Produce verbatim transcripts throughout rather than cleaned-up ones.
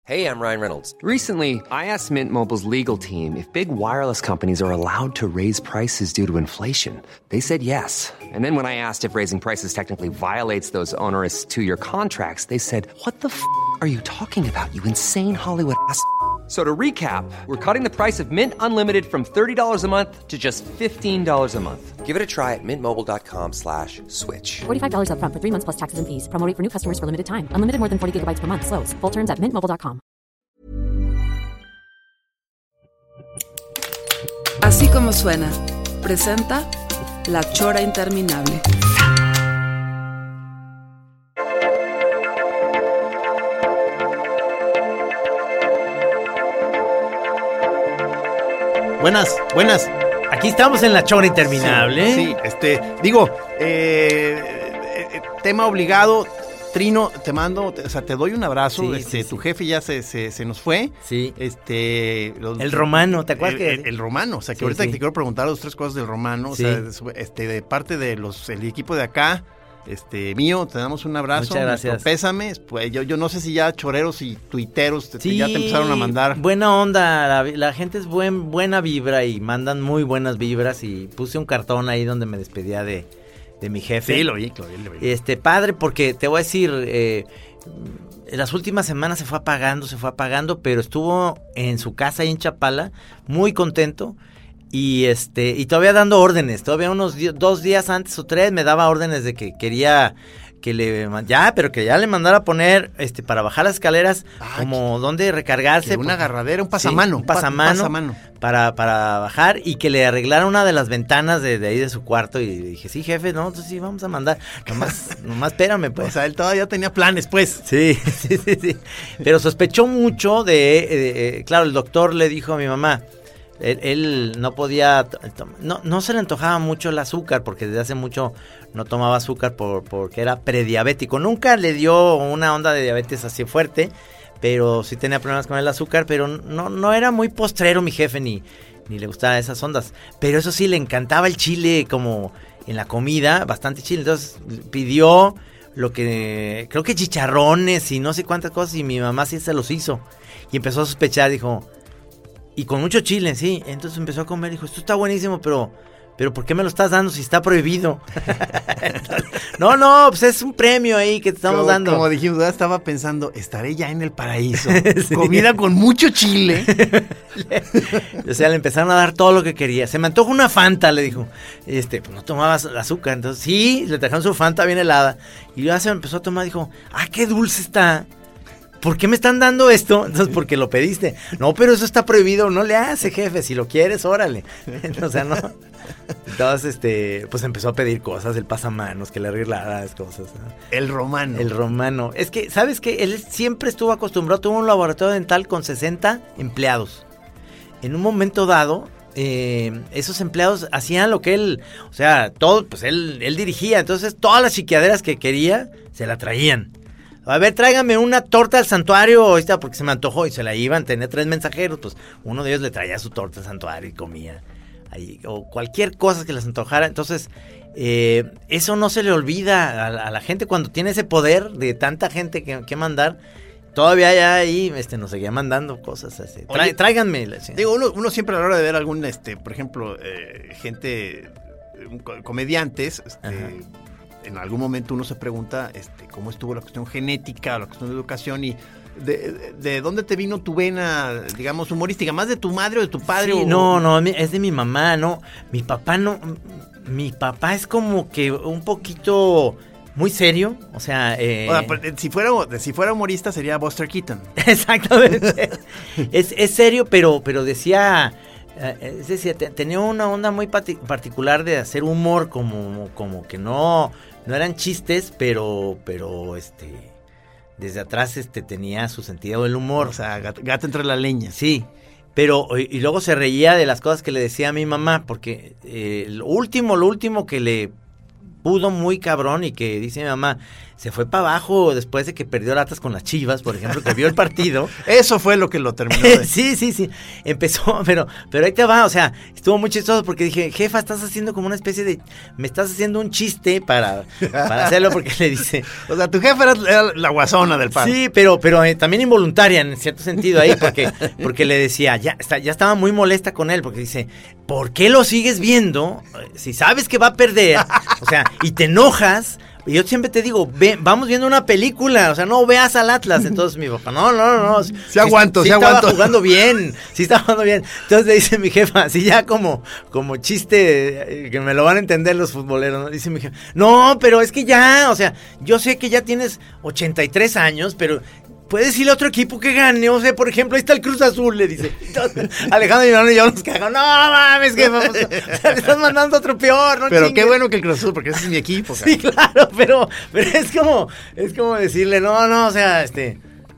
Hey, I'm Ryan Reynolds. Recently, I asked Mint Mobile's legal team if big wireless companies are allowed to raise prices due to inflation. They said yes. And then when I asked if raising prices technically violates those onerous two-year contracts, they said, what the f*** are you talking about, you insane Hollywood ass f- So to recap, we're cutting the price of Mint Unlimited from thirty dollars a month to just fifteen dollars a month. Give it a try at mintmobile.com slash switch. forty-five dollars up front for three months plus taxes and fees. Promo rate for new customers for limited time. Unlimited more than forty gigabytes per month. Slows full terms at mint mobile dot com. Así como suena, presenta La Chora Interminable. Buenas, buenas. Aquí estamos en La Chora Interminable. Sí, sí, este, digo, eh, eh, tema obligado. Trino, te mando, o sea, te doy un abrazo. Sí, este, sí, tu sí. jefe ya se, se, se nos fue. Sí. Este, los, El romano, ¿te acuerdas el, que? el, el romano, o sea, que Sí, ahorita sí. te quiero preguntar dos tres cosas del romano, o Sí. sea, este, de parte de los, el equipo de acá, este, mío, te damos un abrazo. Muchas gracias. Nuestro pésame, pues yo, yo no sé si ya choreros y tuiteros te, Sí, ya te empezaron a mandar. Buena onda, la, la gente es buen, buena vibra y mandan muy buenas vibras y puse un cartón ahí donde me despedía de, de mi jefe. Sí, lo vi, lo vi, lo vi. Este, padre, porque te voy a decir, eh, en las últimas semanas se fue apagando, se fue apagando, pero estuvo en su casa ahí en Chapala, muy contento. Y este, y todavía dando órdenes, todavía unos di- dos días antes o tres me daba órdenes de que quería que le, ya, pero que ya le mandara a poner, este, para bajar las escaleras, Ah, como donde recargarse. que una porque- agarradera, un Sí, pasamano, un pa- pasamano, un pasamano. Para, para bajar y que le arreglara una de las ventanas de, de ahí de su cuarto. Y dije, sí, jefe, no, entonces sí, vamos a mandar, nomás, nomás espérame, pues. O sea, él todavía tenía planes, pues. Sí, sí, sí, sí. Pero sospechó mucho de, de- eh, claro, el doctor le dijo a mi mamá, él, él no podía, to- to- no, no se le antojaba mucho el azúcar, porque desde hace mucho no tomaba azúcar por, porque era prediabético. Nunca le dio una onda de diabetes así fuerte, pero sí tenía problemas con el azúcar, pero no, no era muy postrero mi jefe, ni, ni le gustaban esas ondas. Pero eso sí, le encantaba el chile como en la comida, bastante chile. Entonces pidió lo que, creo que chicharrones y no sé cuántas cosas, y mi mamá sí se los hizo. Y empezó a sospechar, dijo, y con mucho chile, sí. Entonces empezó a comer, dijo, esto está buenísimo, pero... ¿Pero por qué me lo estás dando si está prohibido? Entonces, no, no, pues es un premio ahí que te estamos como, dando. Como dijimos, ya estaba pensando, estaré ya en el paraíso. Sí. Comida con mucho chile. O sea, le empezaron a dar todo lo que quería. Se me antoja una Fanta, le dijo. Este, pues no tomabas azúcar. Entonces, sí, le trajeron su Fanta bien helada. Y ya se empezó a tomar, dijo, ah, qué dulce está. ¿Por qué me están dando esto? Entonces, porque lo pediste. No, pero eso está prohibido. No le hace, jefe. Si lo quieres, órale. O sea, no. Entonces, este, pues empezó a pedir cosas, el pasamanos, que le arreglara las cosas, ¿no? El romano. El romano. Es que, ¿sabes qué? Él siempre estuvo acostumbrado, tuvo un laboratorio dental con sesenta empleados. En un momento dado, eh, esos empleados hacían lo que él, o sea, todo, pues él, él dirigía. Entonces, todas las chiqueaderas que quería, se la traían. A ver, tráigame una torta al santuario, ahorita, porque se me antojó, y se la iban, tenía tres mensajeros, pues uno de ellos le traía su torta al santuario y comía. Ahí, o cualquier cosa que les antojara. Entonces, eh, eso no se le olvida a, a la gente cuando tiene ese poder de tanta gente que, que mandar. Todavía ya ahí este, nos seguía mandando cosas así. Tra- Oye, tráiganme. Digo, uno, uno siempre a la hora de ver algún, este, por ejemplo, eh, gente, un co- comediantes, este, en algún momento uno se pregunta este, cómo estuvo la cuestión genética, la cuestión de educación y de, de, de dónde te vino tu vena, digamos, humorística, más de tu madre o de tu padre. Sí, o, no, no, es de mi mamá, no. Mi papá no. Mi papá es como que un poquito muy serio, o sea... Eh... O sea, pues, si, fuera, si fuera humorista sería Buster Keaton. Exactamente. es, es serio, pero, pero decía... Eh, es decir, te, tenía una onda muy pati- particular de hacer humor, como, como que no, no eran chistes, pero, pero, este... Desde atrás este tenía su sentido del humor. O sea, gato, gato entre la leña. Sí, pero y, y luego se reía de las cosas que le decía a mi mamá, porque eh, lo último, lo último que le pudo muy cabrón y que dice mi mamá, se fue para abajo después de que perdió el Atlas con las Chivas, por ejemplo, que vio el partido. Eso fue lo que lo terminó. De... sí, sí, sí. Empezó, pero, pero ahí te va, o sea, estuvo muy chistoso porque dije, jefa, estás haciendo como una especie de, me estás haciendo un chiste para, para hacerlo, porque le dice. O sea, tu jefa era, era la guasona del pan. Sí, pero, pero eh, también involuntaria en cierto sentido ahí, porque, porque le decía, ya, está, ya estaba muy molesta con él, porque dice, ¿por qué lo sigues viendo si sabes que va a perder? O sea, y te enojas. Y yo siempre te digo, ve, vamos viendo una película, o sea, no veas al Atlas. Entonces mi papá, no, no, no. Sí, sí aguanto, sí, sí aguanto. estaba jugando bien, sí estaba jugando bien. Entonces le dice mi jefa, así ya como, como chiste, que me lo van a entender los futboleros, ¿no? Dice mi jefa, no, pero es que ya, o sea, yo sé que ya tienes ochenta y tres años, pero... puedes decirle a otro equipo que gane, o sea, por ejemplo, ahí está el Cruz Azul, le dice. Entonces, Alejandro y mi hermano y yo nos cagamos. No mames, que vamos, o sea, le estás mandando a otro peor, no Pero chingues. qué bueno que el Cruz Azul, porque ese es mi equipo. Sí, claro, pero, pero es como, es como decirle, no, no, o sea, este,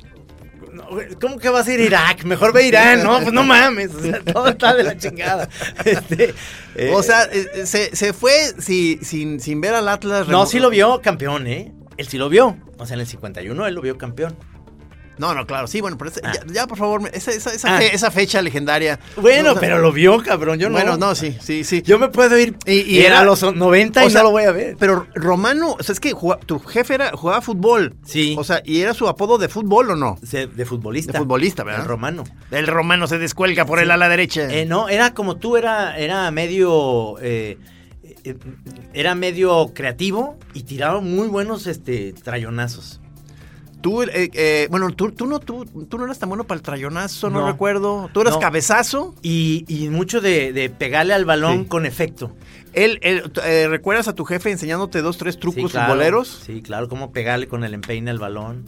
no, ¿cómo que vas a ir a Irak? Mejor ve a Irán, no, pues no mames, o sea, todo está de la chingada. Este, eh, o sea, eh, se, se fue si, sin, sin ver al Atlas. No, sí lo vio campeón, ¿eh? Él sí lo vio, o sea, en el cincuenta y uno él lo vio campeón. No, no, claro, sí, bueno, pero ese, ah. ya, ya, por favor, esa, esa, esa, ah. fe, esa fecha legendaria. Bueno, no, o sea, pero lo vio, cabrón, yo no. Bueno, no, sí, sí, sí. Yo me puedo ir y, y era era a los noventa y o sea, no lo voy a ver. Pero Romano, o sea, es que jugaba, tu jefe era, jugaba fútbol. Sí. O sea, ¿y era su apodo de fútbol o no? De, de futbolista. De futbolista, ¿verdad? El Romano. El Romano se descuelga por sí. el ala derecha. Eh, no, era como tú, era, era medio... Eh, eh, era medio creativo y tiraba muy buenos este trayonazos. Tú, eh, eh, bueno, tú, tú, no, tú, tú no eras tan bueno para el trayonazo, no, No. recuerdo. Tú eras No. cabezazo. Y, y mucho de, de pegarle al balón Sí. con efecto. Él, él, eh, ¿recuerdas a tu jefe enseñándote dos, tres trucos Sí, claro. futboleros? Sí, claro, cómo pegarle con el empeine al balón.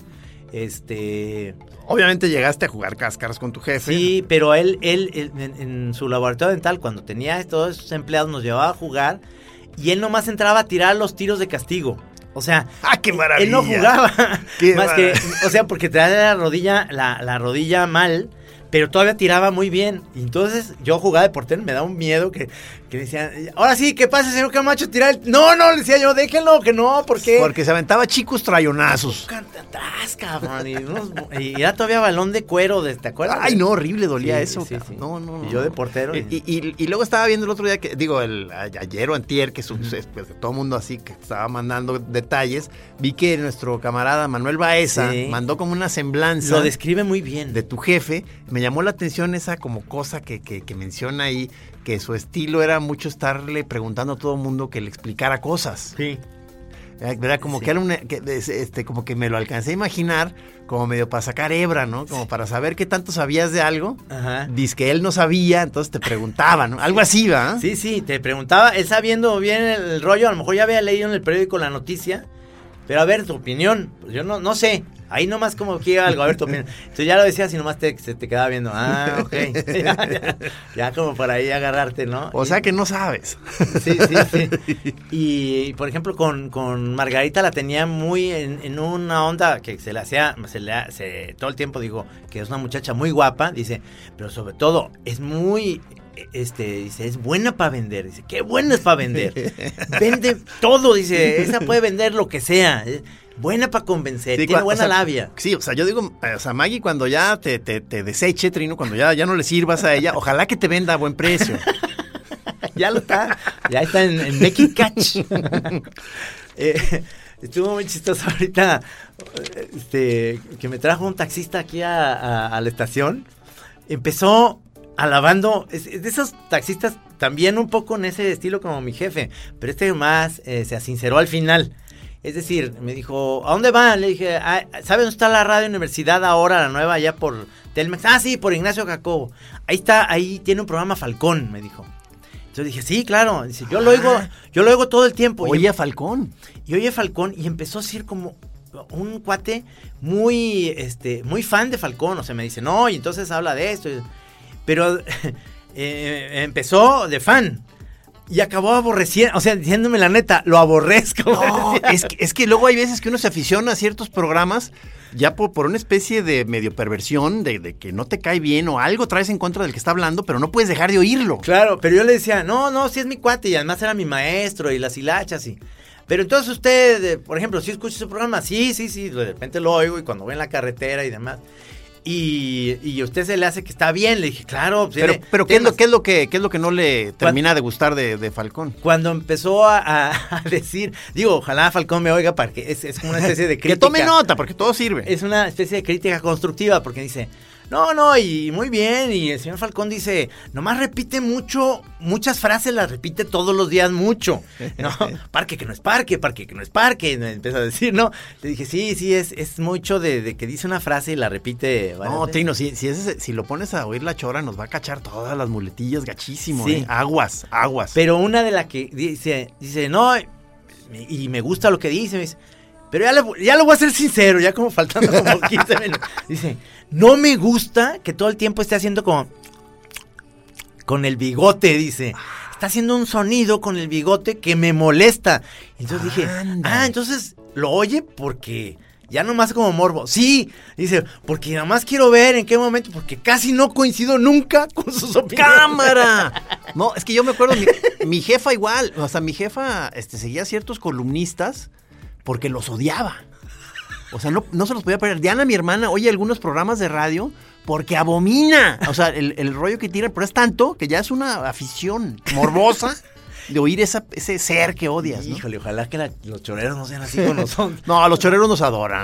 Este... Obviamente llegaste a jugar cáscaras con tu jefe. Sí, pero él, él, él en, en su laboratorio dental, cuando tenía todos esos empleados, nos llevaba a jugar y él nomás entraba a tirar los tiros de castigo. O sea, ¡ah, qué maravilla! Él no jugaba Qué más que, maravilla. o sea, porque traía la rodilla, la, la rodilla mal, pero todavía tiraba muy bien. Y entonces yo jugaba de portero, me daba un miedo que, que decían, ahora sí, ¿qué pasa, señor Camacho? Tirar el... No, no, le decía yo, déjenlo, que no, ¿por qué? Porque se aventaba chicos trayonazos. Canta atrás, cabrón. Y, unos, y era todavía balón de cuero, de, ¿te acuerdas? Ay, no, horrible, dolía Sí, eso. sí, cabrón. sí. No, no, no. Y yo de portero. Y, y, y, y luego estaba viendo el otro día que, digo, el a- ayer o antier, que su, uh-huh. pues, todo el mundo así que estaba mandando detalles, vi que nuestro camarada Manuel Baeza Sí. mandó como una semblanza Lo describe muy bien. de tu jefe. Me llamó la atención esa como cosa que, que, que menciona ahí, que su estilo era mucho estarle preguntando a todo el mundo que le explicara cosas. Sí. ¿Verdad? Como Sí. que era una, que, este, como que me lo alcancé a imaginar, como medio para sacar hebra, ¿no? Como para saber qué tanto sabías de algo. Ajá. Dice que él no sabía, entonces te preguntaba, ¿no? Algo así, ¿va? Sí, sí, te preguntaba, él sabiendo bien el rollo, a lo mejor ya había leído en el periódico la noticia, pero a ver, tu opinión, pues yo no, no sé, ahí nomás como que algo, a ver tu opinión. Entonces ya lo decías y nomás te, se te quedaba viendo, ah, ok, ya, ya, ya como para ahí agarrarte, ¿no? O y, sea que no sabes. Sí, sí, sí. Y, por ejemplo, con, con Margarita la tenía muy en, en una onda que se le hacía, se le se, todo el tiempo digo que es una muchacha muy guapa, dice, pero sobre todo es muy... Este, dice, es buena para vender. Dice, qué buena es para vender. Vende todo, dice, esa puede vender lo que sea. Es buena para convencer, Sí, tiene cua- buena o sea, labia. Sí, o sea, yo digo, o sea, Maggie, cuando ya te, te, te deseche, Trino, cuando ya, ya no le sirvas a ella, ojalá que te venda a buen precio. Ya lo está, ya está en, en Becky Catch. eh, estuvo muy chistoso ahorita, este, que me trajo un taxista aquí a, a, a la estación. Empezó alabando, es, es de esos taxistas también un poco en ese estilo como mi jefe, pero este más eh, se asinceró al final. Es decir, me dijo, ¿a dónde van? Le dije, ah, ¿sabe dónde está la Radio Universidad ahora, la nueva, allá por Telmex? Ah, sí, por Ignacio Jacobo. Ahí está, ahí tiene un programa Falcón, me dijo. Entonces dije, sí, claro. Dice, yo lo oigo, yo lo oigo todo el tiempo. Oye, Y- a Falcón. y oye Falcón y empezó a ser como un cuate muy, este, muy fan de Falcón. O sea, me dice, no, y entonces habla de esto. Pero eh, empezó de fan y acabó aborreciendo, o sea, diciéndome la neta, lo aborrezco. No, es que, es que luego hay veces que uno se aficiona a ciertos programas ya por, por una especie de medio perversión, de, de que no te cae bien o algo traes en contra del que está hablando, pero no puedes dejar de oírlo. Claro, pero yo le decía, no, no, sí es mi cuate y además era mi maestro y las hilachas y... pero entonces usted, eh, por ejemplo, ¿sí escucha su programa? Sí, sí, sí, de repente lo oigo y cuando voy en la carretera y demás. Y, y a usted se le hace que está bien, le dije, claro. Pues, pero tiene, pero ¿qué, es temas. lo, ¿qué, es lo que, ¿qué es lo que no le termina de gustar de, de Falcón? Cuando empezó a, a, a decir, digo, ojalá Falcón me oiga para que es, es como una especie de crítica. Que tome nota, porque todo sirve. Es una especie de crítica constructiva, porque dice, no, no, y muy bien, y el señor Falcón dice, nomás repite mucho, muchas frases las repite todos los días mucho, ¿no? Parque que no es parque, parque que no es parque, me empieza a decir, ¿no? Le dije, sí, sí, es, es mucho de, de que dice una frase y la repite. No, Trino, si, si, ese, si lo pones a oír la chora, nos va a cachar todas las muletillas gachísimo, Sí. ¿eh? Aguas, aguas. Pero una de las que dice, dice, no, y me gusta lo que dice, me dice, pero ya, le, ya lo voy a ser sincero, ya como faltando como quince minutos. Dice, no me gusta que todo el tiempo esté haciendo como con el bigote, dice. Está haciendo un sonido con el bigote que me molesta. Entonces dije, Anda. ah, entonces lo oye porque ya nomás como morbo. Sí, dice, porque nomás quiero ver en qué momento, porque casi no coincido nunca con sus opiniones. ¡Cámara! No, es que yo me acuerdo, mi, mi jefa igual, o sea, mi jefa este, seguía ciertos columnistas porque los odiaba. O sea, no, no se los podía perder. Diana, mi hermana, oye algunos programas de radio porque abomina. O sea, el, el rollo que tiran, pero es tanto que ya es una afición morbosa de oír esa, ese ser que odias, ¿no? Híjole, ojalá que la, los choreros no sean así con nosotros. No, a los choreros nos adoran.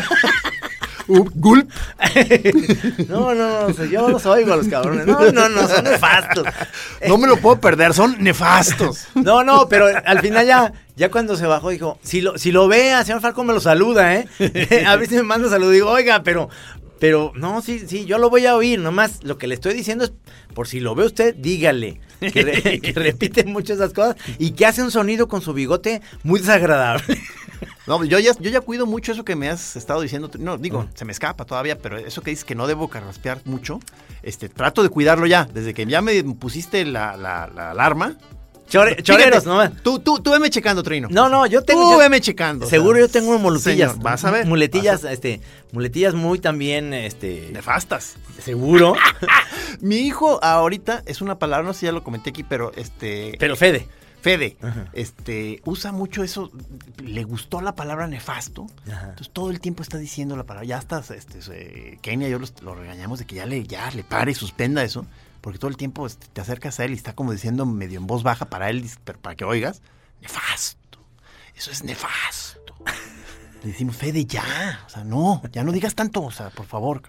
Uh, gulp. No, no, no, o sea, yo los oigo a los cabrones. No, no, no, son nefastos. No me lo puedo perder, son nefastos. No, no, pero al final ya, ya cuando se bajó dijo, si lo, si lo ve a señor Falcón me lo saluda, ¿eh? A ver si me manda saludo. Digo, oiga, pero, pero, no, sí, sí, yo lo voy a oír. Nomás lo que le estoy diciendo es, por si lo ve usted, dígale. Que, re, que repite mucho esas cosas y que hace un sonido con su bigote muy desagradable. No, yo ya, yo ya cuido mucho eso que me has estado diciendo. No, digo, uh-huh. se me escapa todavía, pero eso que dices que no debo carraspear mucho, este, trato de cuidarlo ya. Desde que ya me pusiste la, la, la alarma. Chore, choreros, ¿no? Tú, tú, tú veme checando, Trino. No, no, yo tengo. Tú yo, veme checando. Seguro o sea, yo tengo muletillas. Señor, vas a ver. Muletillas, vas a... este, muletillas muy también, este. nefastas. Seguro. Mi hijo ahorita es una palabra, no sé si ya lo comenté aquí, pero este. Pero Fede. Fede, ajá. este, usa mucho eso, le gustó la palabra nefasto, ajá. Entonces todo el tiempo está diciendo la palabra, ya hasta este, Kenia y yo los, lo regañamos de que ya le, ya le pare, suspenda eso, porque todo el tiempo este, te acercas a él y está como diciendo medio en voz baja para él, pero para que oigas, nefasto, eso es nefasto. Le decimos, Fede, ya, o sea, no, ya no digas tanto, o sea, por favor.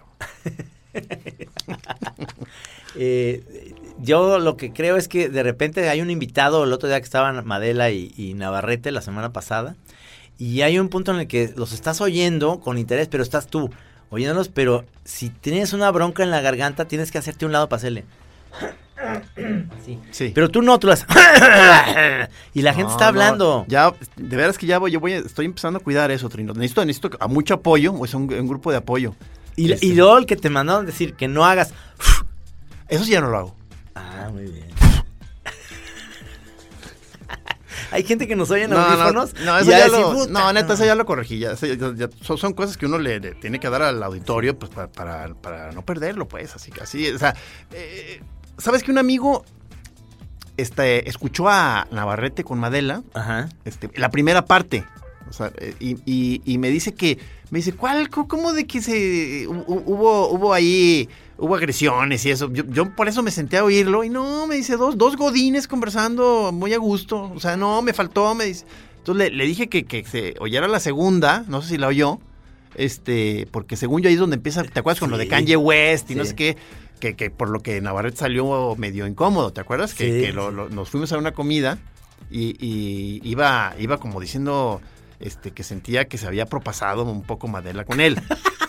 eh, yo lo que creo es que de repente hay un invitado, el otro día que estaban Madela y, y Navarrete la semana pasada, y hay un punto en el que los estás oyendo con interés, pero estás tú oyéndolos, pero si tienes una bronca en la garganta tienes que hacerte un lado para hacerle sí. sí. Pero tú no, tú las y la gente no, está hablando. No. Ya, de veras que ya voy, yo voy, estoy empezando a cuidar eso, Trino. Necesito, necesito a mucho apoyo, o sea, un, un grupo de apoyo. Y, este. y luego el que te mandaron decir que no hagas. Eso sí ya no lo hago. Ah, muy bien. Hay gente que nos oye en no, audífonos. No, no, eso ya lo, puta, no, neta, no. eso ya lo corregí. Ya, ya, ya, son, son cosas que uno le, le tiene que dar al auditorio pues para, para, para no perderlo, pues. Así que así, o sea, eh, ¿sabes que un amigo este, escuchó a Navarrete con Madela? Ajá. Este, la primera parte. O sea, y, y, y me dice que, me dice, ¿cuál? ¿Cómo de que se hubo, hubo ahí, hubo agresiones y eso? Yo, yo por eso me senté a oírlo y no, me dice, dos, dos godines conversando muy a gusto. O sea, no, me faltó, me dice. Entonces le, le dije que, que se oyera la segunda, no sé si la oyó, este, porque según yo ahí es donde empieza, ¿te acuerdas con sí. lo de Kanye West y sí. no sé qué? Que, que por lo que Navarrete salió medio incómodo, ¿te acuerdas? Que, sí. que lo, lo, nos fuimos a una comida y, y iba, iba como diciendo... Este, que sentía que se había propasado un poco Madela con él.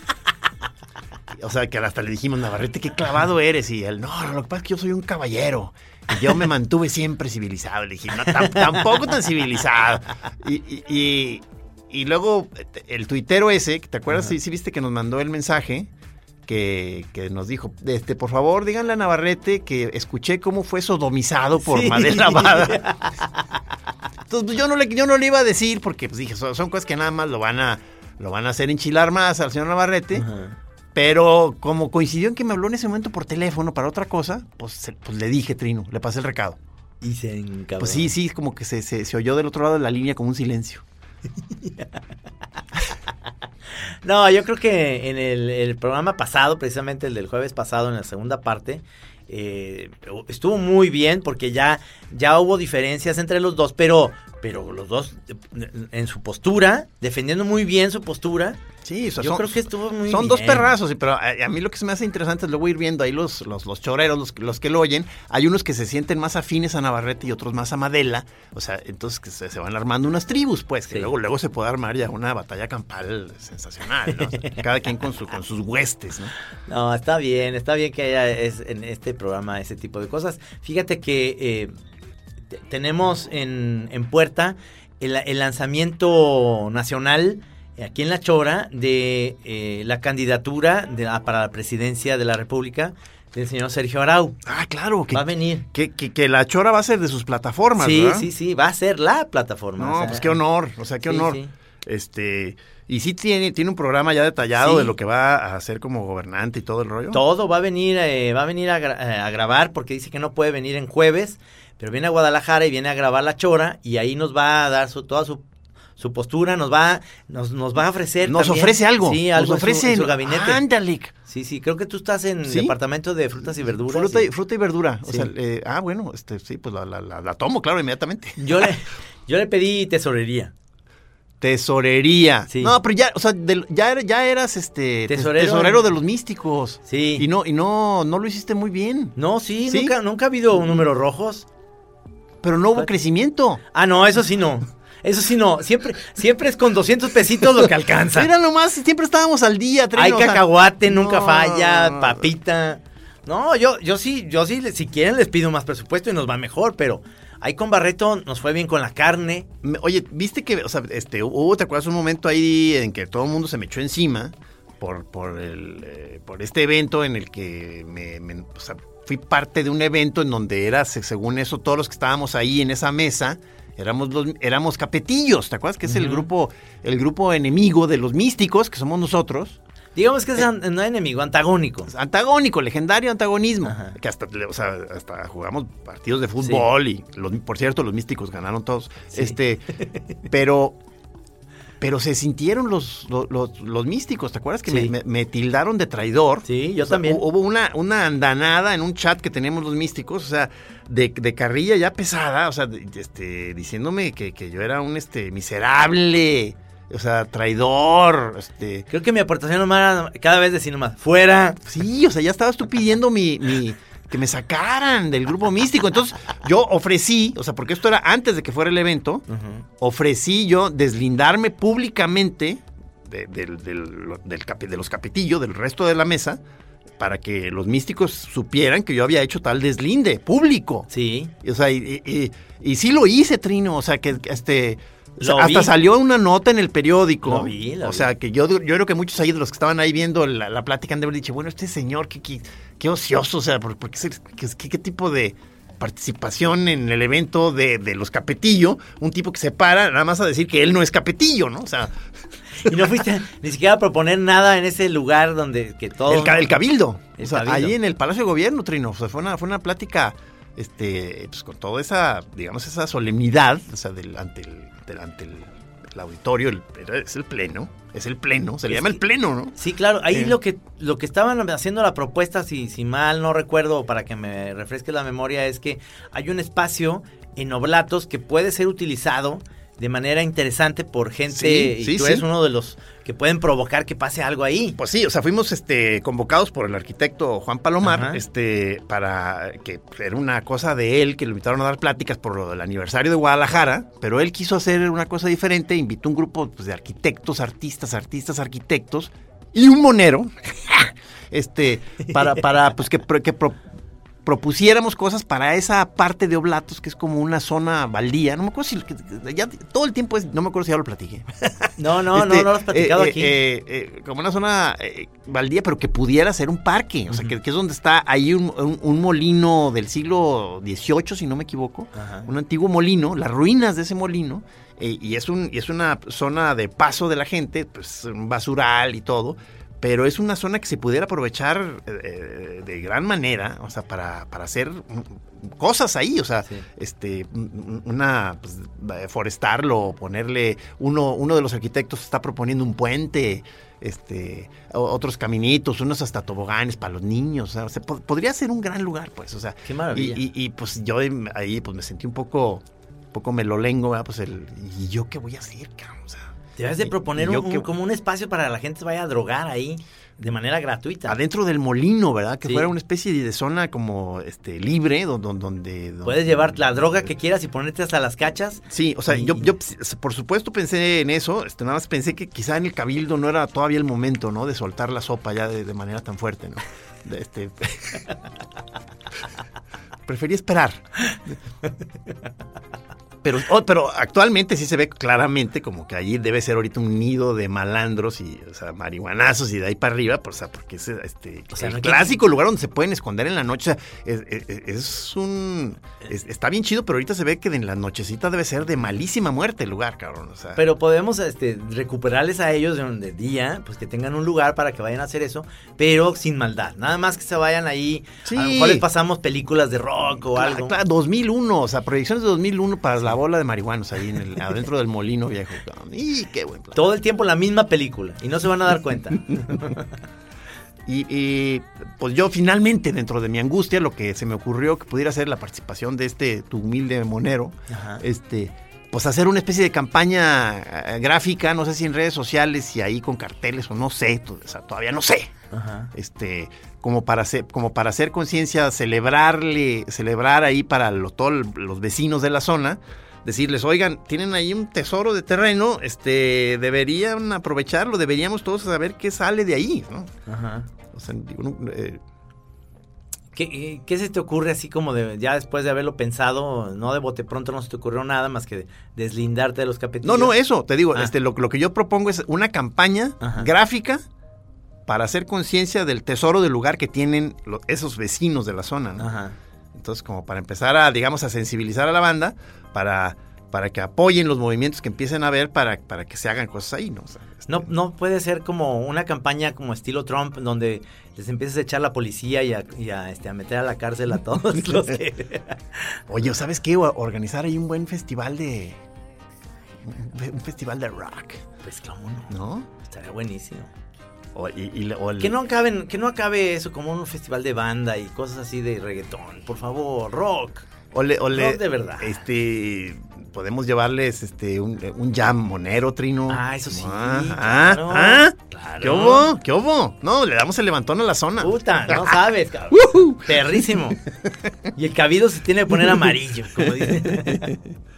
O sea, que hasta le dijimos, Navarrete, qué clavado eres. Y él, no, no, lo que pasa es que yo soy un caballero. Y yo me mantuve siempre civilizado. Le dije, no, tam, tampoco tan civilizado. Y, y, y, y luego, el tuitero ese, ¿te acuerdas? Sí, sí viste que nos mandó el mensaje que, que nos dijo, este, por favor, díganle a Navarrete que escuché cómo fue sodomizado por sí. Madela Bada. Entonces yo no le yo no le iba a decir porque pues dije, son, son cosas que nada más lo van a lo van a hacer enchilar más al señor Navarrete. Uh-huh. Pero como coincidió en que me habló en ese momento por teléfono para otra cosa, pues, pues le dije, Trino, le pasé el recado. Y se encabronó. Pues sí, sí, como que se, se, se oyó del otro lado de la línea como un silencio. No, yo creo que en el, el programa pasado, precisamente el del jueves pasado, en la segunda parte, eh, estuvo muy bien porque ya, ya hubo diferencias entre los dos, pero, pero los dos en su postura, defendiendo muy bien su postura. Sí, o sea, yo son, creo que estuvo muy son bien. dos perrazos, pero a, a mí lo que se me hace interesante es luego ir viendo ahí los, los, los choreros, los, los que lo oyen. Hay unos que se sienten más afines a Navarrete y otros más a Madela. O sea, entonces que se, se van armando unas tribus, pues, que Sí. luego, luego se puede armar ya una batalla campal sensacional, ¿no? O sea, cada quien con, su, con sus huestes, ¿no? No, está bien, está bien que haya es, en este programa ese tipo de cosas. Fíjate que eh, t- tenemos en, en puerta el, el lanzamiento nacional aquí en La Chora de eh, la candidatura de la, para la presidencia de la República del señor Sergio Arau. Ah, claro. Que, Va a venir. Que, que, que la Chora va a ser de sus plataformas, Sí, ¿verdad? sí, sí, va a ser la plataforma. No, o sea, pues qué honor, o sea, qué sí, honor. sí. Este, y sí tiene, tiene un programa ya detallado Sí. de lo que va a hacer como gobernante y todo el rollo. Todo va a venir, eh, va a venir a, gra- eh, a grabar porque dice que no puede venir en jueves, pero viene a Guadalajara y viene a grabar La Chora y ahí nos va a dar su, toda su, su postura, nos va, nos, nos va a ofrecer. Nos también, ofrece algo. Sí, algo nos ofrece en su, en su gabinete. Ándale. Sí, sí, creo que tú estás en ¿Sí? departamento de frutas y verduras. Fruta y, y- fruta y verdura. O Sí. sea, eh, ah, bueno, este, sí, pues la, la, la, la tomo, claro, inmediatamente. Yo le, yo le pedí tesorería. Tesorería. Sí. No, pero ya, o sea, del- ya, er- ya eras este tes- Tesorero. tesorero de los místicos. Sí. Y no, y no, no lo hiciste muy bien. No, sí, ¿Sí? Nunca, nunca ha habido números rojos. Pero no hubo crecimiento. Ah, no, eso sí no. Eso sí no. Siempre, siempre es con doscientos pesitos lo que alcanza. Mira nomás, siempre estábamos al día, Trino, Hay o sea, cacahuate, nunca no. falla, papita. No, yo, yo sí, yo sí, si quieren les pido más presupuesto y nos va mejor, pero ahí con Barreto nos fue bien con la carne. Me- Oye, viste que, o sea, este, hubo, ¿te acuerdas un momento ahí en que todo el mundo se me echó encima por, por el, eh, por este evento en el que me, me- o sea, fui parte de un evento en donde era, se- según eso, todos los que estábamos ahí en esa mesa, éramos los, éramos capetillos, ¿te acuerdas? Que es el grupo, el grupo enemigo de los místicos, que somos nosotros. Digamos que es an- no enemigo, antagónico. Antagónico, legendario antagonismo. Ajá. Que hasta, o sea, hasta jugamos partidos de fútbol y, los, por cierto, los místicos ganaron todos. Sí. Este, pero, pero se sintieron los, los, los- los místicos. ¿Te acuerdas que Sí. me, me- me tildaron de traidor? Sí, yo O sea, también. hu- Hubo una, una andanada en un chat que tenemos los místicos, o sea, de, de carrilla ya pesada, o sea, de- este, diciéndome que, que yo era un este miserable, o sea, traidor, este. Creo que mi aportación nomás era cada vez decir nomás, fuera. Sí, o sea, ya estabas tú pidiendo mi, mi- que me sacaran del grupo místico. Entonces, yo ofrecí, o sea, porque esto era antes de que fuera el evento, ofrecí yo deslindarme públicamente de, del- del- del capi- de los capetillos, del resto de la mesa, para que los místicos supieran que yo había hecho tal deslinde público. Sí. O sea, y, y- y- y sí lo hice, Trino, o sea, que este... o sea, Lo hasta vi. salió una nota en el periódico. Lo vi, lo o vi. sea, que yo, yo creo que muchos ahí de los que estaban ahí viendo la, la plática han de haber dicho, bueno, este señor, qué, qué, qué ocioso, o sea, ¿por, por qué, se- qué, qué- qué tipo de participación en el evento de, de los Capetillo? Un tipo que se para nada más a decir que él no es Capetillo, ¿no? O sea, Y no fuiste ni siquiera a proponer nada en ese lugar donde que todo... el, ca- el cabildo. El o sea, cabildo. ahí en el Palacio de Gobierno, Trino. O sea, fue una, fue una plática, este, pues con toda esa, digamos, esa solemnidad, o sea, del, ante el, del- ante el, el auditorio, el- es el pleno, es el pleno, se le Es llama que- el pleno, ¿no? Sí, claro, ahí Eh. lo que lo que estaban haciendo la propuesta, si, si mal no recuerdo, para que me refresque la memoria, es que hay un espacio en Oblatos que puede ser utilizado de manera interesante por gente, Sí, y sí, tú sí. eres uno de los que pueden provocar que pase algo ahí. Pues sí, o sea, fuimos este, convocados por el arquitecto Juan Palomar, Ajá. este, para que era una cosa de él, que lo invitaron a dar pláticas por lo del aniversario de Guadalajara, pero él quiso hacer una cosa diferente, invitó un grupo pues, de arquitectos, artistas, artistas, arquitectos, y un monero, este, para, para pues que, pro- que pro- propusiéramos cosas para esa parte de Oblatos, que es como una zona baldía, no me acuerdo si, ya todo el tiempo es, no me acuerdo si ya lo platiqué. No, no, Este, no, no lo has platicado eh, aquí. eh, eh, como una zona eh, baldía, pero que pudiera ser un parque. O sea, que, que es donde está ahí un, un- un molino del siglo dieciocho, si no me equivoco. Ajá. Un antiguo molino, las ruinas de ese molino. eh, y, es un, y es una zona de paso de la gente, pues un basural y todo. Pero es una zona que se pudiera aprovechar eh, de gran manera, o sea, para, para hacer cosas ahí, o sea, sí. este, una, pues, forestarlo, ponerle, uno, uno de los arquitectos está proponiendo un puente, este, otros caminitos, unos hasta toboganes para los niños, o sea, pod- podría ser un gran lugar, pues, o sea. Qué maravilla. Y, y, y pues yo ahí, pues me sentí un poco, un poco melolengo, ¿verdad? Pues el, ¿y yo qué voy a hacer, cabrón? O sea, debes de proponer un, que, un, como un espacio para que la gente se vaya a drogar ahí de manera gratuita. Adentro del molino, ¿verdad? Que sí. fuera una especie de zona como este libre, donde... donde, donde puedes llevar la droga que quieras y ponerte hasta las cachas. Sí, o sea, y... yo, yo por supuesto pensé en eso, este, nada más pensé que quizá en el Cabildo no era todavía el momento, ¿no? De soltar la sopa ya de, de manera tan fuerte, ¿no? De este... Preferí esperar. Pero, oh, pero actualmente sí se ve claramente como que allí debe ser ahorita un nido de malandros y, o sea, marihuanazos y de ahí para arriba, pues, o sea, porque es este o sea, el no clásico lugar donde se pueden esconder en la noche. O sea, es, es, es un es, está bien chido, pero ahorita se ve que en la nochecita debe ser de malísima muerte el lugar, cabrón. O sea, pero podemos este, recuperarles a ellos de, de día, pues que tengan un lugar para que vayan a hacer eso, pero sin maldad. Nada más que se vayan ahí. Sí. A lo mejor les pasamos películas de rock o claro, algo. Claro, dos mil uno, o sea, proyecciones de dos mil uno para la bola de marihuanos ahí en el, adentro del molino viejo. Y qué buen plan. Todo el tiempo la misma película y no se van a dar cuenta. y, y pues yo finalmente, dentro de mi angustia, lo que se me ocurrió que pudiera ser la participación de este tu humilde monero, Ajá. este pues hacer una especie de campaña gráfica, no sé si en redes sociales y ahí con carteles o no sé, o sea, todavía no sé. Ajá. Este, como para hacer, como para hacer conciencia, celebrarle, celebrar ahí para lo, todos los vecinos de la zona, decirles, oigan, tienen ahí un tesoro de terreno, este, deberían aprovecharlo, deberíamos todos saber qué sale de ahí, ¿no? Ajá. O sea, digo, no, eh, ¿Qué, ¿Qué se te ocurre así como de ya después de haberlo pensado, no de bote pronto no se te ocurrió nada más que deslindarte de los capetillos? No, no, eso, te digo, ah. este, lo, lo que yo propongo es una campaña Ajá. gráfica para hacer conciencia del tesoro del lugar que tienen lo, esos vecinos de la zona, ¿no? Ajá. Entonces, como para empezar a, digamos, a sensibilizar a la banda, para, para que apoyen los movimientos que empiecen a haber para, para que se hagan cosas ahí, ¿no? O sea, este... no, no puede ser como una campaña como estilo Trump, donde les empieces a echar la policía y a, y a, este, a meter a la cárcel a todos los que... Oye, ¿sabes qué? Organizar ahí un buen festival de... un festival de rock. Pues, ¿cómo no? ¿No? Estaría buenísimo. O, y, y, o el... que no acaben, que no acabe eso como un festival de banda y cosas así de reggaetón, por favor, rock. O le, o le, rock de verdad. Este, podemos llevarles este un, un jam monero, Trino. Ah, eso sí. Ah, claro, ah, claro. ¿Qué hubo? ¿Qué hubo? No, le damos el levantón a la zona. Puta, no sabes, cabrón. Uh-huh. Perrísimo. Y el cabildo se tiene que poner amarillo, como dicen.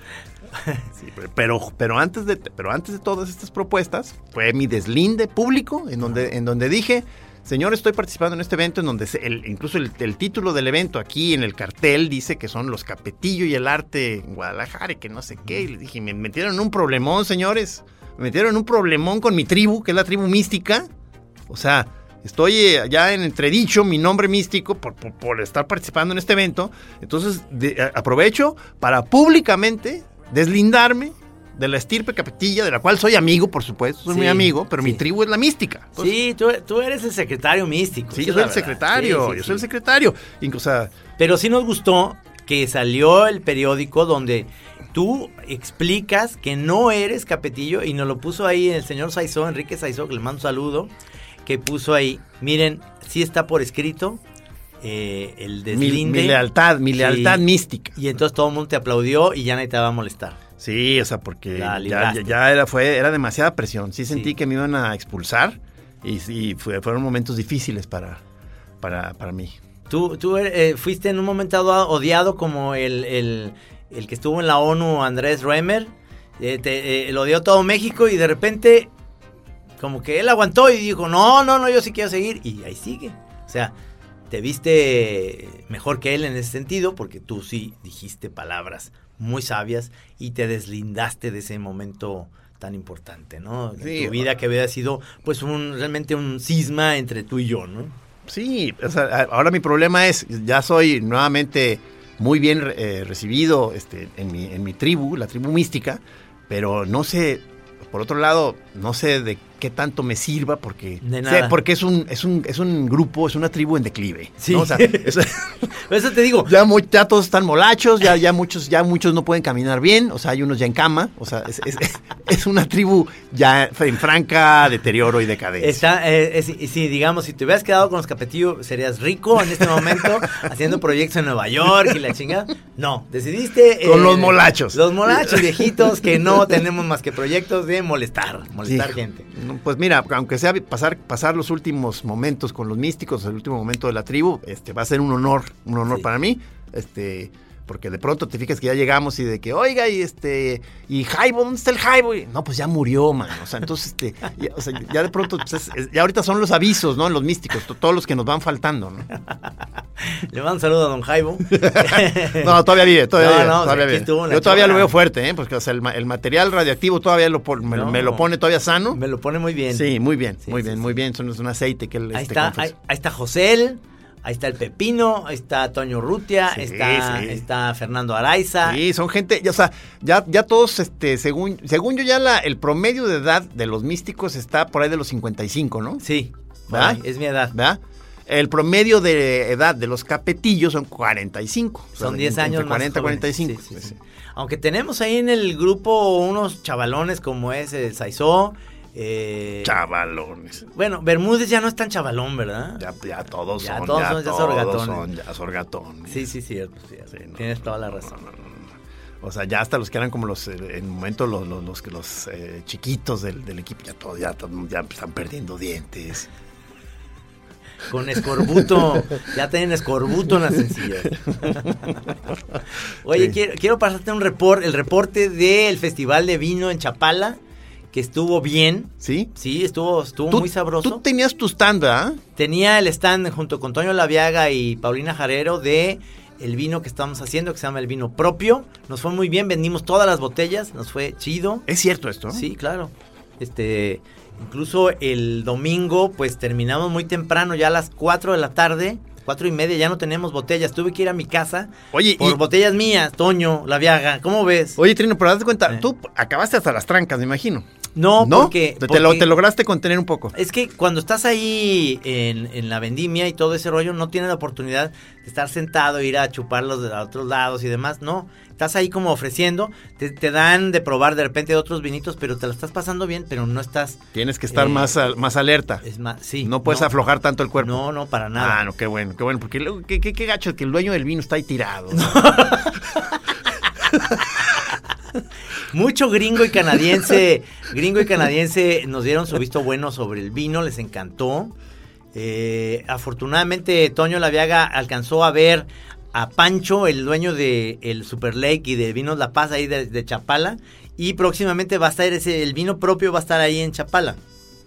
Sí, pero, pero, antes de, pero antes de todas estas propuestas, fue mi deslinde público, en donde, en donde dije, señor, estoy participando en este evento, en donde se, el, incluso el, el título del evento aquí en el cartel dice que son los Capetillo y el arte en Guadalajara y que no sé qué. Y les dije, me metieron en un problemón, señores. Me metieron en un problemón con mi tribu, que es la tribu mística. O sea, estoy ya en entredicho mi nombre místico por, por, por estar participando en este evento. Entonces, de, aprovecho para públicamente deslindarme de la estirpe Capetilla, de la cual soy amigo, por supuesto, soy sí, muy amigo, pero sí. mi tribu es la mística. Entonces, sí, tú, tú eres el secretario místico. Sí, yo soy el secretario, sí, sí, yo soy sí. el secretario. Incluso, pero sí nos gustó que salió el periódico donde tú explicas que no eres Capetillo y nos lo puso ahí el señor Saizó, Enrique Saizó, que le mando un saludo, que puso ahí, miren, sí está por escrito, Eh, el deslinde. Mi, mi lealtad, mi lealtad sí. mística. Y entonces todo el mundo te aplaudió y ya nadie te va a molestar. Sí, o sea, porque ya, ya, ya era, fue, era demasiada presión. Sí sentí sí. que me iban a expulsar y, y fue, fueron momentos difíciles para, para, para mí. Tú, tú eh, fuiste en un momento odiado como el, el, el que estuvo en la ONU, Andrés Roemer. Eh, te, eh, lo odió todo México y de repente como que él aguantó y dijo, no, no, no, yo sí quiero seguir. Y ahí sigue. O sea, te viste mejor que él en ese sentido porque tú sí dijiste palabras muy sabias y te deslindaste de ese momento tan importante, ¿no? Sí, en tu vida que había sido pues un realmente un cisma entre tú y yo, ¿no? Sí, o sea, ahora mi problema es, ya soy nuevamente muy bien eh, recibido este, en, mi, en mi tribu, la tribu mística, pero no sé, por otro lado, no sé de qué tanto me sirva, porque, De o nada. sea, porque es un, es un, es un grupo, es una tribu en declive. Sí. ¿no? O sea, es- Eso te digo. ya, mu- ya todos están molachos, ya, ya muchos, ya muchos no pueden caminar bien, o sea, hay unos ya en cama, o sea, es, es, es una tribu ya en franca deterioro y decadencia. Está, eh, es- y sí, digamos, si te hubieras quedado con los Capetillo, serías rico en este momento, haciendo proyectos en Nueva York y la chingada. No, decidiste... Con los molachos. Los molachos viejitos que no tenemos más que proyectos de molestar, molestar Sí. gente. No, pues mira, aunque sea pasar, pasar los últimos momentos con los místicos, el último momento de la tribu, este va a ser un honor, un honor Sí. para mí, este, porque de pronto te fijas que ya llegamos y de que, oiga, y este, y Jaibo, ¿dónde está el Jaibo? Y, no, pues ya murió, man. O sea, entonces, este, ya, o sea, ya de pronto, pues, es- es- ya ahorita son los avisos, ¿no? Los místicos, to- todos los que nos van faltando, ¿no? Le mando un saludo a don Jaibo. No, todavía vive, todavía No, vive. no, todavía aquí vive. estuvo en la Yo todavía chora. lo veo fuerte, ¿eh? Porque o sea, el, ma- el material radioactivo todavía lo, pon- me, No. me lo pone todavía sano. Me lo pone muy bien. Sí, muy bien, Sí, muy sí, bien, sí. muy bien. Son- Es un aceite que él Ahí este, está, confesó. ahí, ahí está José, ahí está el Pepino, ahí está Toño Rutia, Sí, está, sí. está Fernando Araiza. Sí, son gente, ya, o sea, ya, ya todos, este, según, según yo ya la, el promedio de edad de los místicos está por ahí de los cincuenta y cinco, ¿no? Sí, por ¿verdad? ahí, es mi edad. ¿Verdad? El promedio de edad de los capetillos son cuarenta y cinco. O sea, Son diez entre años más cuarenta y jóvenes. cuarenta y cinco. Sí, sí, sí. Aunque tenemos ahí en el grupo unos chavalones como es el Saizó. Eh, Chavalones. bueno, Bermúdez ya no es tan chavalón, ¿verdad? Ya, ya todos Ya son, todos ya, son, ya todos sorgatones. son, ya sorgatones. Sí, sí, cierto. cierto. Sí, no, Tienes no, toda la no, razón. no, no, no. O sea, ya hasta los que eran como los, eh, en un momento los, los, los, los, eh, chiquitos del, del equipo, ya todos, ya, ya están perdiendo dientes. Con escorbuto. Ya tienen escorbuto en las sencillas. Oye, Sí. quiero, quiero pasarte un report, el reporte del Festival de Vino en Chapala, que estuvo bien. ¿Sí? Sí, estuvo, estuvo Tú- muy sabroso. Tú tenías tu stand, ¿verdad? Tenía el stand junto con Toño Laviaga y Paulina Jarero de el vino que estamos haciendo, que se llama el vino propio. Nos fue muy bien, vendimos todas las botellas, nos fue chido. ¿Es cierto esto? Sí, claro. Este, incluso el domingo, pues terminamos muy temprano, ya a las cuatro de la tarde, cuatro y media, ya no teníamos botellas. Tuve que ir a mi casa Oye, por y- botellas mías, Toño Laviaga. ¿Cómo ves? Oye, Trino, pero date cuenta, Eh. tú acabaste hasta las trancas, me imagino. No, ¿No? porque, Te, te lo, porque- te lograste contener un poco. Es que cuando estás ahí en, en la vendimia y todo ese rollo, no tienes la oportunidad de estar sentado, ir a chuparlos de otros lados y demás, no. Estás ahí como ofreciendo, te, te dan de probar de repente otros vinitos, pero te la estás pasando bien, pero no estás... Tienes que estar eh, más, al- más alerta. Es más, sí. No puedes aflojar tanto el cuerpo. No, no, para nada. Ah, no, qué bueno, qué bueno. Porque luego, qué, qué, qué gacho que el dueño del vino está ahí tirado. Mucho gringo y canadiense, gringo y canadiense nos dieron su visto bueno sobre el vino, les encantó. Eh, afortunadamente Toño Laviaga alcanzó a ver a Pancho, el dueño de el Super Lake y de Vinos La Paz ahí de, de Chapala, y próximamente va a estar ese, el vino propio va a estar ahí en Chapala.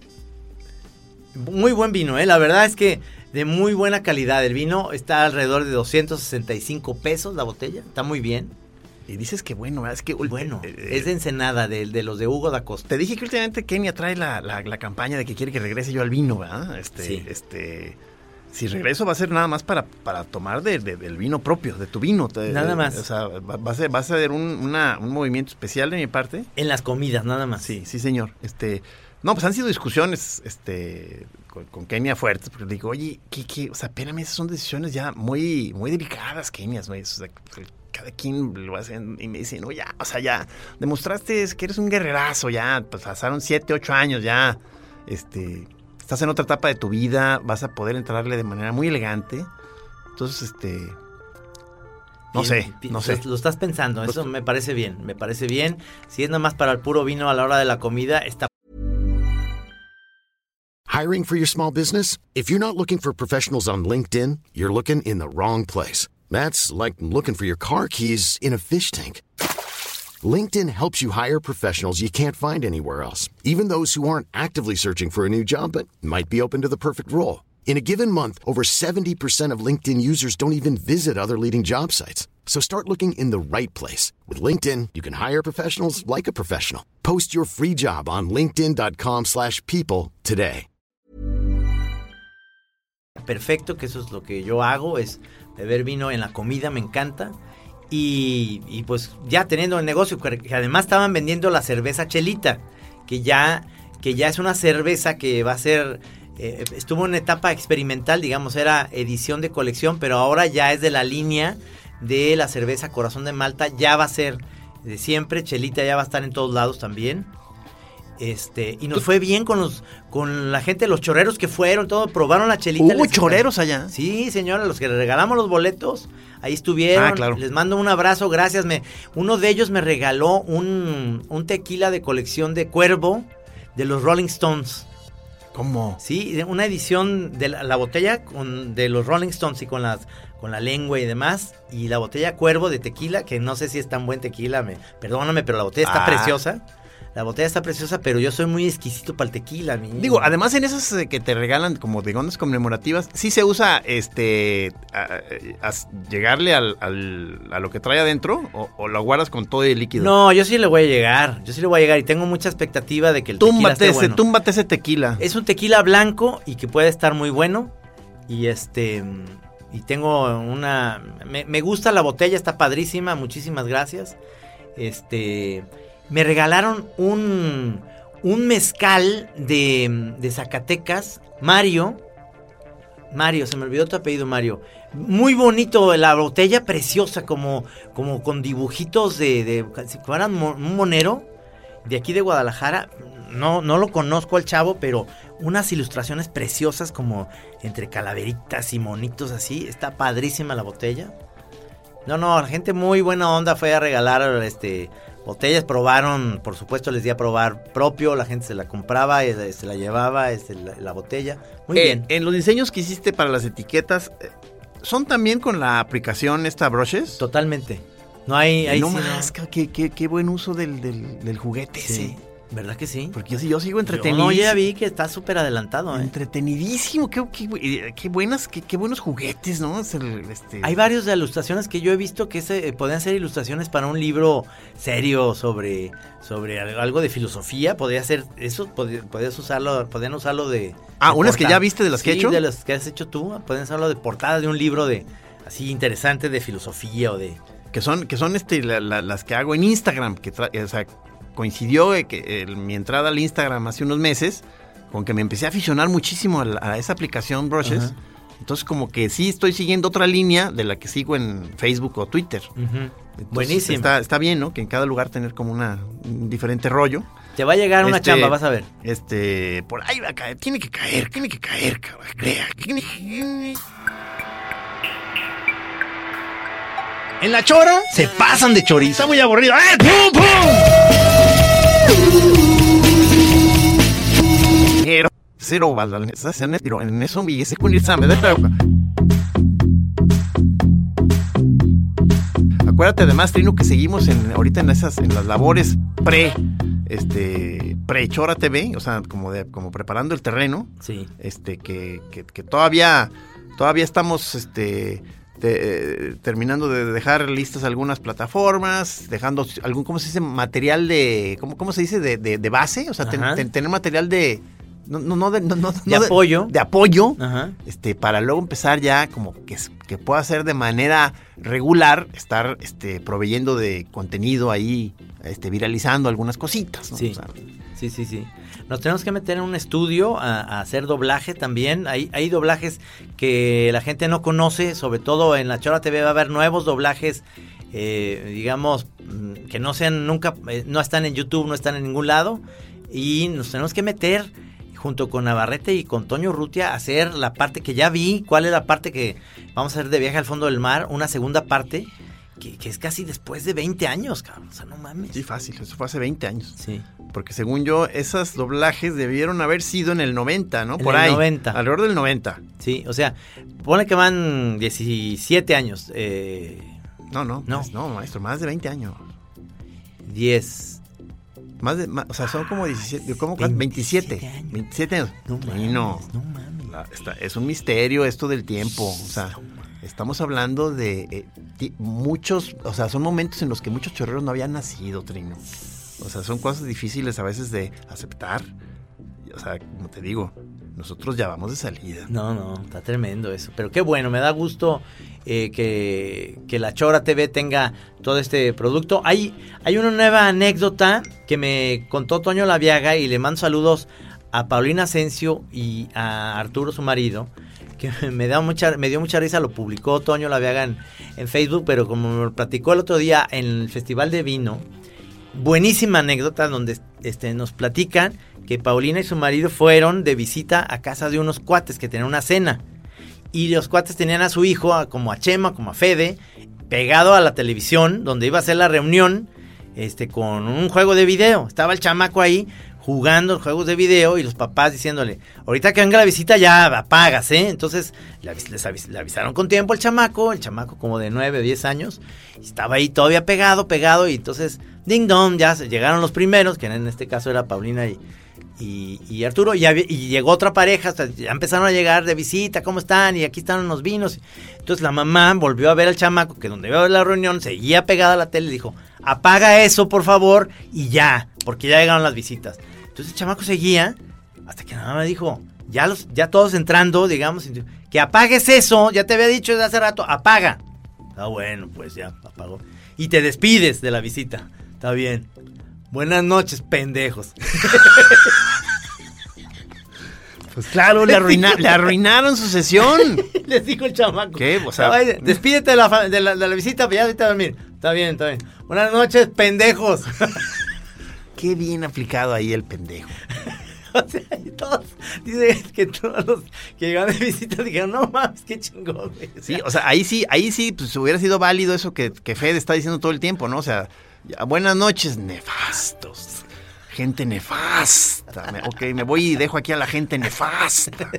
Muy buen vino, eh, la verdad es que de muy buena calidad. El vino está alrededor de doscientos sesenta y cinco pesos la botella, está muy bien. Y dices que bueno, ¿verdad? Es que Bueno, eh, es de Ensenada, de, de los de Hugo da Costa. Te dije que últimamente Kenia trae la, la, la campaña de que quiere que regrese yo al vino, ¿verdad? Este, Sí. este, si regreso va a ser nada más para, para tomar de, de- del vino propio, de tu vino. Te- Nada de- más. O sea, va, va a ser, va a ser un, una- un movimiento especial de mi parte. En las comidas, nada más. Sí, sí, señor. Este, no, pues han sido discusiones, este, con, con Kenia fuertes, porque le digo, oye, ¿qué, qué? O sea, espérame, esas son decisiones ya muy, muy delicadas, Kenia, güey. O sea, cada quien lo hace y me dice, no, ya, o sea, ya, demostraste que eres un guerrerazo, ya, pues pasaron siete, ocho años, ya, este, estás en otra etapa de tu vida, vas a poder entrarle de manera muy elegante. Entonces, este, no Bien, sé, bien, no sé. Lo, lo estás pensando, eso me parece bien, me parece bien. Si es nada más para el puro vino a la hora de la comida, está... Hiring for your small business? If you're not looking for professionals on LinkedIn, you're looking in the wrong place. That's like looking for your car keys in a fish tank. LinkedIn helps you hire professionals you can't find anywhere else, even those who aren't actively searching for a new job but might be open to the perfect role. In a given month, over seventy percent of LinkedIn users don't even visit other leading job sites. So start looking in the right place. With LinkedIn, you can hire professionals like a professional. Post your free job on linkedin dot com slash people today. Perfecto, que eso es lo que yo hago, es beber vino en la comida, me encanta. Y, y pues ya teniendo el negocio, que además estaban vendiendo la cerveza Chelita, que ya que ya es una cerveza que va a ser, eh, estuvo en etapa experimental, digamos, era edición de colección, pero ahora ya es de la línea de la cerveza Corazón de Malta, ya va a ser de siempre, Chelita ya va a estar en todos lados también. Este, y nos fue bien con los con la gente, los chorreros que fueron, todo, probaron la Chelita. ¿Hubo choreros allá? Sí, señora, los que le regalamos los boletos, ahí estuvieron. Ah, claro. Les mando un abrazo, gracias. Me, uno de ellos me regaló un, un tequila de colección de Cuervo de los Rolling Stones. ¿Cómo? Sí, una edición de la, la botella con, de los Rolling Stones y con las con la lengua y demás, y la botella Cuervo de tequila, que no sé si es tan buen tequila, me, perdóname, pero la botella está Ah. preciosa. La botella está preciosa, pero yo soy muy exquisito para el tequila. Mi Digo, además en esas eh, que te regalan como de ondas conmemorativas, sí se usa este a- a- a llegarle al, al- a lo que trae adentro o, o lo guardas con todo el líquido. No, yo sí le voy a llegar, yo sí le voy a llegar y tengo mucha expectativa de que el tequila túmbate esté ese, bueno. túmbate ese tequila. Es un tequila blanco y que puede estar muy bueno. Y este y tengo una me, me gusta la botella, está padrísima, muchísimas gracias. Este me regalaron un un mezcal de, de Zacatecas, Mario. Mario, se me olvidó tu apellido, Mario. Muy bonito, la botella preciosa, como, como con dibujitos de, de si fueran mo- un monero de aquí de Guadalajara. No, no lo conozco al chavo, pero unas ilustraciones preciosas como entre calaveritas y monitos así. Está padrísima la botella. No, no, la gente muy buena onda fue a regalar este botellas, probaron, por supuesto les di a probar propio, la gente se la compraba, eh, se la llevaba, este, la, la botella. Muy Eh, bien. En los diseños que hiciste para las etiquetas, eh, ¿son también con la aplicación esta Brushes? Totalmente. No hay... Ahí no sí más, ca- qué, qué, qué buen uso del, del, del juguete Sí. ese. ¿Verdad que sí? Porque yo, sí- yo sigo Yo entretenido. no, ya vi que está súper adelantado, ¿eh? Entretenidísimo, qué, qué, qué buenas, qué, qué buenos juguetes, ¿no? Es el, este... Hay varios de ilustraciones que yo he visto que se, eh, podrían ser ilustraciones para un libro serio sobre, sobre al- algo de filosofía. Podría ser eso, pod- podrías usarlo, podrían usarlo de... Ah, de ¿unas que portada. ya viste de las que he Sí, hecho? de las que has hecho tú. Pueden usarlo de portada de un libro de así interesante de filosofía o de... Que son, que son este, la- la- las que hago en Instagram, que tra- o sea, coincidió eh, que el- mi entrada al Instagram hace unos meses con que me empecé a aficionar muchísimo a, la- a esa aplicación Brushes. Ajá. Entonces como que sí estoy siguiendo otra línea de la que sigo en Facebook o Twitter. Ujú. Entonces, Buenísimo. Está, está bien, ¿no? Que en cada lugar tener como una, un diferente rollo. Te va a llegar una Este, chamba, vas a ver. Este, por ahí va a caer, tiene que caer, tiene que caer, cabrón, crea. tiene que- En la chora se pasan de chorizo. Está muy aburrido. ¡Eh! ¡Pum, pum! Pero, cero balas, pero en eso me se con Acuérdate además, Trino, que seguimos en, ahorita en esas, en las labores pre, este, pre Chora T V, o sea, como de, como preparando el terreno, Sí. este, que, que, que todavía, todavía estamos, este, te- eh, terminando de dejar listas algunas plataformas, dejando algún, ¿cómo se dice? Material de, ¿cómo, cómo se dice? De, de, de base, o sea, ten- Ajá. ten- tener material de, no, no, no de, no, no- De no apoyo. de apoyo, Ajá. este, para luego empezar ya como que, s- que pueda ser de manera regular, estar, este, proveyendo de contenido ahí, este, viralizando algunas cositas, ¿no? Sí. O sea, Sí, sí, sí. Nos tenemos que meter en un estudio a, a hacer doblaje también. Hay, hay doblajes que la gente no conoce, sobre todo en La Chora T V va a haber nuevos doblajes, eh, digamos, mm, que no sean nunca, eh, no están en YouTube, no están en ningún lado. Y nos tenemos que meter junto con Navarrete y con Toño Urrutia a hacer la parte que ya vi. ¿Cuál es la parte que vamos a hacer de Viaje al Fondo del Mar? Una segunda parte que, que es casi después de veinte años, cabrón. O sea, no mames. sí, fácil, eso fue hace veinte años. Sí. Porque según yo, esos doblajes debieron haber sido en el noventa, ¿no? En Por el ahí. noventa. Alrededor del noventa. Sí, o sea, ponle que van diecisiete años, eh, No, no, No. pues no, maestro, más de veinte años. diez. Más de, más- o sea, son como diecisiete, ¿cómo? veintisiete veintisiete. años. veintisiete años. No Sí, mames, no. no mames. La- está- es un misterio esto del tiempo. O sea, estamos hablando de eh, ti- muchos, o sea, son momentos en los que muchos chorreros no habían nacido, Trino. O sea, son cosas difíciles a veces de aceptar. O sea, como te digo, nosotros ya vamos de salida. No, no, está tremendo eso. Pero qué bueno, me da gusto eh, que, que la Chora T V tenga todo este producto. Hay, hay una nueva anécdota que me contó Toño Laviaga y le mando saludos a Paulina Asensio y a Arturo, su marido, que me da mucha, me dio mucha risa, lo publicó Toño Laviaga en, en Facebook, pero como me lo platicó el otro día en el Festival de Vino, buenísima anécdota donde este, nos platican que Paulina y su marido fueron de visita a casa de unos cuates que tenían una cena. Y los cuates tenían a su hijo, a, como a Chema, como a Fede, pegado a la televisión, donde iba a ser la reunión, este, con un juego de video. Estaba el chamaco ahí jugando juegos de video y los papás diciéndole, ahorita que venga la visita ya apagas, ¿eh? Entonces le, avis- les avis- le avisaron con tiempo al chamaco, el chamaco como de nueve o diez años, y estaba ahí todavía pegado, pegado, y entonces, ding dong, ya se- llegaron los primeros, que en este caso era Paulina y... Y, y Arturo, y, había, y llegó otra pareja, o sea, ya empezaron a llegar de visita, ¿cómo están? Y aquí están unos vinos. Entonces la mamá volvió a ver al chamaco, que donde vio la reunión, seguía pegada a la tele, y dijo, apaga eso, por favor, y ya, porque ya llegaron las visitas. Entonces el chamaco seguía, hasta que la mamá dijo, ya, los, ya todos entrando, digamos, que apagues eso, ya te había dicho desde hace rato, apaga. Ah, bueno, pues ya, apagó. Y te despides de la visita, está bien. Buenas noches, pendejos. Pues claro, le, arruina, le arruinaron su sesión. Les dijo el chamaco. ¿Qué? O sea, Ay, despídete de la, fa- de, la, de la visita, ya vete a dormir. Está bien, está bien. Buenas noches, pendejos. Qué bien aplicado ahí el pendejo. O sea, y todos, dice que todos los que llegaron de visita dijeron, no mames, qué chingón, güey. O sea, Sí, o sea, ahí sí, ahí sí, pues hubiera sido válido eso que, que Fede está diciendo todo el tiempo, ¿no? O sea, ya, buenas noches, nefastos. Gente nefasta. Me, ok, me voy y dejo aquí a la gente nefasta.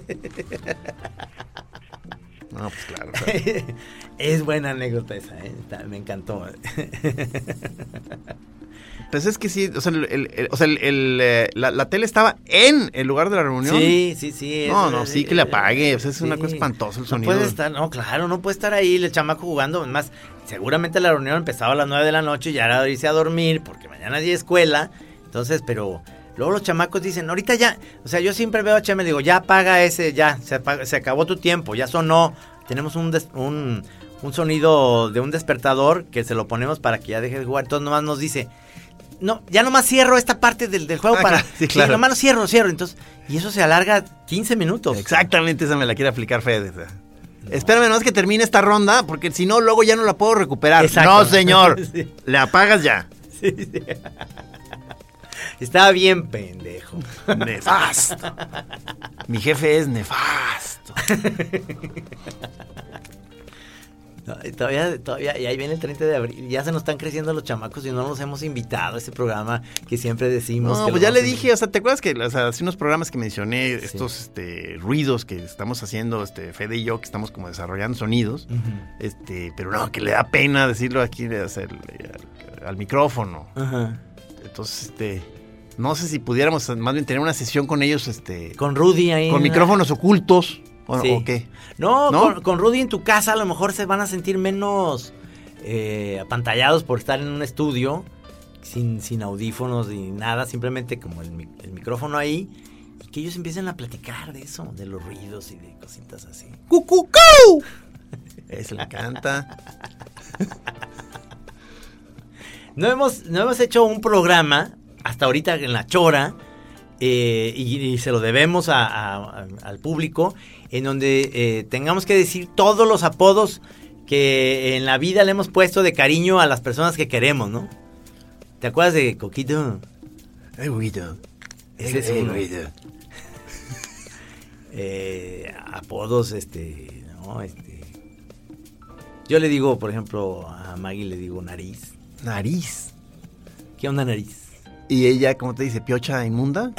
No, pues claro. claro. Es buena anécdota esa, ¿eh? Está- me encantó. Pues es que sí, o sea, el, el- el- o sea, el, el, eh, la, la tele estaba en el lugar de la reunión. Sí, sí, sí. No, es- no, sí que le apague, o sea, es una cosa espantosa el sonido. No puede estar, no, claro, no puede estar ahí el chamaco jugando. Además, seguramente la reunión empezaba a las nueve de la noche y ya era de irse a dormir porque mañana hay escuela. Entonces, pero luego los chamacos dicen, ahorita ya, o sea, yo siempre veo a Chema y le digo, ya apaga ese, ya, se, apaga- se acabó tu tiempo, ya sonó. Tenemos un, des- un, un sonido de un despertador que se lo ponemos para que ya deje de jugar. Entonces nomás nos dice, no, ya nomás cierro esta parte del, del juego Ah, para... claro, sí, claro. nomás lo cierro, lo cierro. Entonces, y eso se alarga quince minutos. Exactamente, esa me la quiere aplicar Fede. O sea. No. Espérame, nomás que termine esta ronda, porque si no, luego ya no la puedo recuperar. Exacto. No, señor. Sí. Le apagas ya. Sí, sí. Estaba bien pendejo. Nefasto. Mi jefe es nefasto. No, y todavía, todavía, y ahí viene el treinta de abril, ya se nos están creciendo los chamacos y no los hemos invitado a ese programa que siempre decimos. No, que pues lo ya le vamos a dije, o sea, ¿te acuerdas que o sea, hace unos programas que mencioné, estos este, ruidos que estamos haciendo, este, Fede y yo, que estamos como desarrollando sonidos, Uh-huh. este, pero no, que le da pena decirlo aquí o sea, al, al micrófono. Ajá. Entonces, este, no sé si pudiéramos más bien tener una sesión con ellos, este, Con Rudy ahí. con en la- micrófonos ocultos, o, Sí. o qué. No, ¿No? Con, con Rudy en tu casa a lo mejor se van a sentir menos eh, apantallados por estar en un estudio sin, sin audífonos ni nada, simplemente como el, mi- el micrófono ahí, y que ellos empiecen a platicar de eso, de los ruidos y de cositas así. ¡Cucucú! Eso le encanta. No hemos, no hemos hecho un programa hasta ahorita en La Chora, eh, y, y se lo debemos a, a- a- al público, en donde eh, tengamos que decir todos los apodos que en la vida le hemos puesto de cariño a las personas que queremos, ¿no? ¿Te acuerdas de Coquito? Ay, güito. Ese es Ay, uno. güito. Eh, apodos, este, ¿no? Este, yo le digo, por ejemplo, a Maggie le digo nariz. Nariz. ¿Qué onda, nariz? ¿Y ella, cómo te dice, piocha inmunda?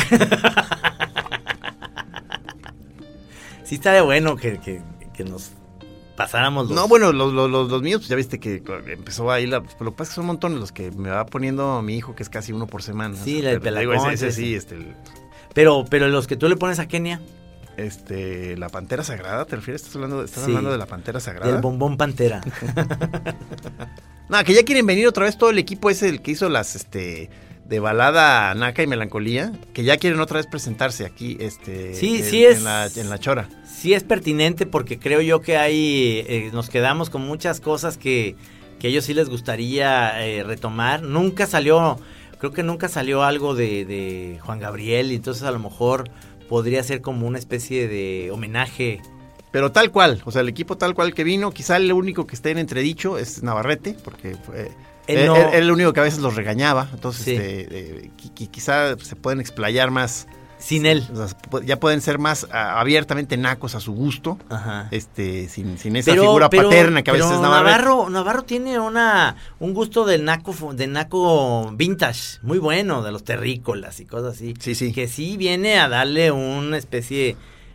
Sí estaría bueno que, que, que nos pasáramos los... No, bueno, los, los, los, los míos, pues ya viste que empezó ahí la... Pues, lo que pasa es que son montones los que me va poniendo mi hijo, que es casi uno por semana. Sí, O sea, la del te- te digo, pelacón, ese, ese ese. sí, este, el- Pero, pero los que tú le pones a Kenia, este, la Pantera Sagrada, ¿te refieres? ¿Estás hablando, estás Sí. hablando de la Pantera Sagrada? del bombón pantera. No, que ya quieren venir otra vez todo el equipo ese, el que hizo las, este... de balada naca y melancolía, que ya quieren otra vez presentarse aquí, este, Sí, en, sí es- en la, en la Chora. Sí es pertinente porque creo yo que hay, eh, nos quedamos con muchas cosas que, que a ellos sí les gustaría eh, retomar. Nunca salió, creo que nunca salió algo de, de Juan Gabriel, y entonces a lo mejor podría ser como una especie de homenaje. Pero tal cual, o sea, el equipo tal cual que vino, quizá el único que esté en entredicho es Navarrete, porque fue... Él Él, no- él- él el único que a veces los regañaba, entonces Sí. este, eh, qui- qui- quizá se pueden explayar más. Sin él. O sea, pu- ya pueden ser más a- abiertamente nacos a su gusto, Ajá. este, sin, sin esa figura paterna que a veces pero es Navarrete. Navarro, Navarro tiene una un gusto de naco, fu- de naco vintage, muy bueno, de los terrícolas y cosas así. Sí, sí. Que sí viene a darle una especie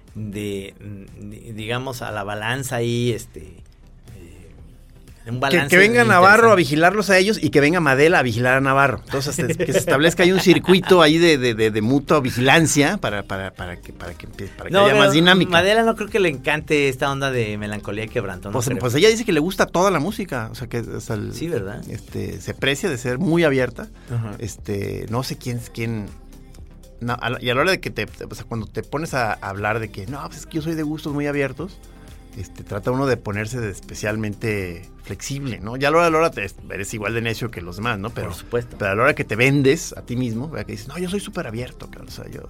de, de- digamos, a la balanza ahí, este, eh, un Que, balance. que venga Navarro a interesante. vigilarlos a ellos y que venga Madela a vigilar a Navarro. Entonces, este, que se establezca ahí un circuito ahí de, de, de, de mutua vigilancia para, para, para que, para que, empie- para que No, haya pero más dinámica. Madela no creo que le encante esta onda de melancolía y quebranto. No Pues, creo. pues ella dice que le gusta toda la música, o sea que o sea, el- Sí, ¿verdad? Este, se precia de ser muy abierta. Ajá. Este, no sé quién es quién. No, a la- y a la hora de que te, te- o sea, cuando te pones a, a hablar de que no, pues es que yo soy de gustos muy abiertos, este, trata uno de ponerse de especialmente flexible, ¿no? Ya a la hora de la hora te, eres igual de necio que los demás, ¿no? Pero, Por supuesto. Pero a la hora que te vendes a ti mismo, ¿verdad? Que dices, no, yo soy súper abierto, cabrón, o sea, yo,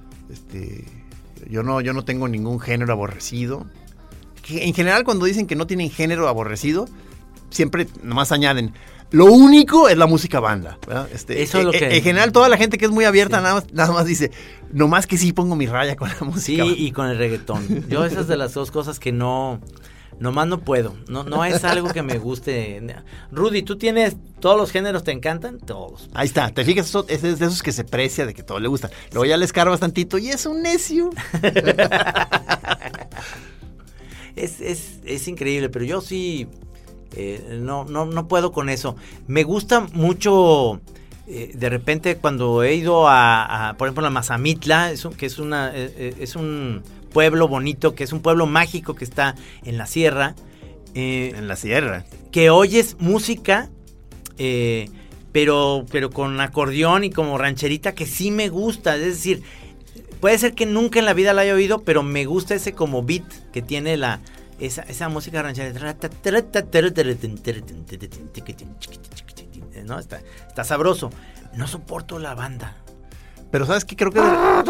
este, yo no, yo no tengo ningún género aborrecido. Que en general, cuando dicen que no tienen género aborrecido, siempre nomás añaden, lo único es la música banda, ¿verdad? Este, Eso es lo eh, que- En general, toda la gente que es muy abierta Sí. nada, más, nada más dice, nomás que sí pongo mi raya con la Sí, música banda. y con el reggaetón. Yo esas de las dos cosas que no, nomás no puedo. No, no es algo que me guste. Rudy, ¿tú tienes, todos los géneros te encantan? Todos. Ahí está, te fijas, eso- es de esos que se precia, de que todo le gusta. Luego ya le escarbas tantito y es un necio. Es, es, es increíble, pero yo sí eh, no, no, no puedo con eso. Me gusta mucho, eh, de repente cuando he ido a, a, por ejemplo, a Mazamitla, es un, que es, una, eh, eh, es un pueblo bonito, que es un pueblo mágico que está en la sierra. Eh, En la sierra. que oyes música, eh, pero, pero con acordeón y como rancherita que sí me gusta. Es decir, puede ser que nunca en la vida la haya oído, pero me gusta ese como beat que tiene la esa, esa música ranchera. ¿No? Está, está sabroso. No soporto la banda. Pero ¿sabes qué? Creo que...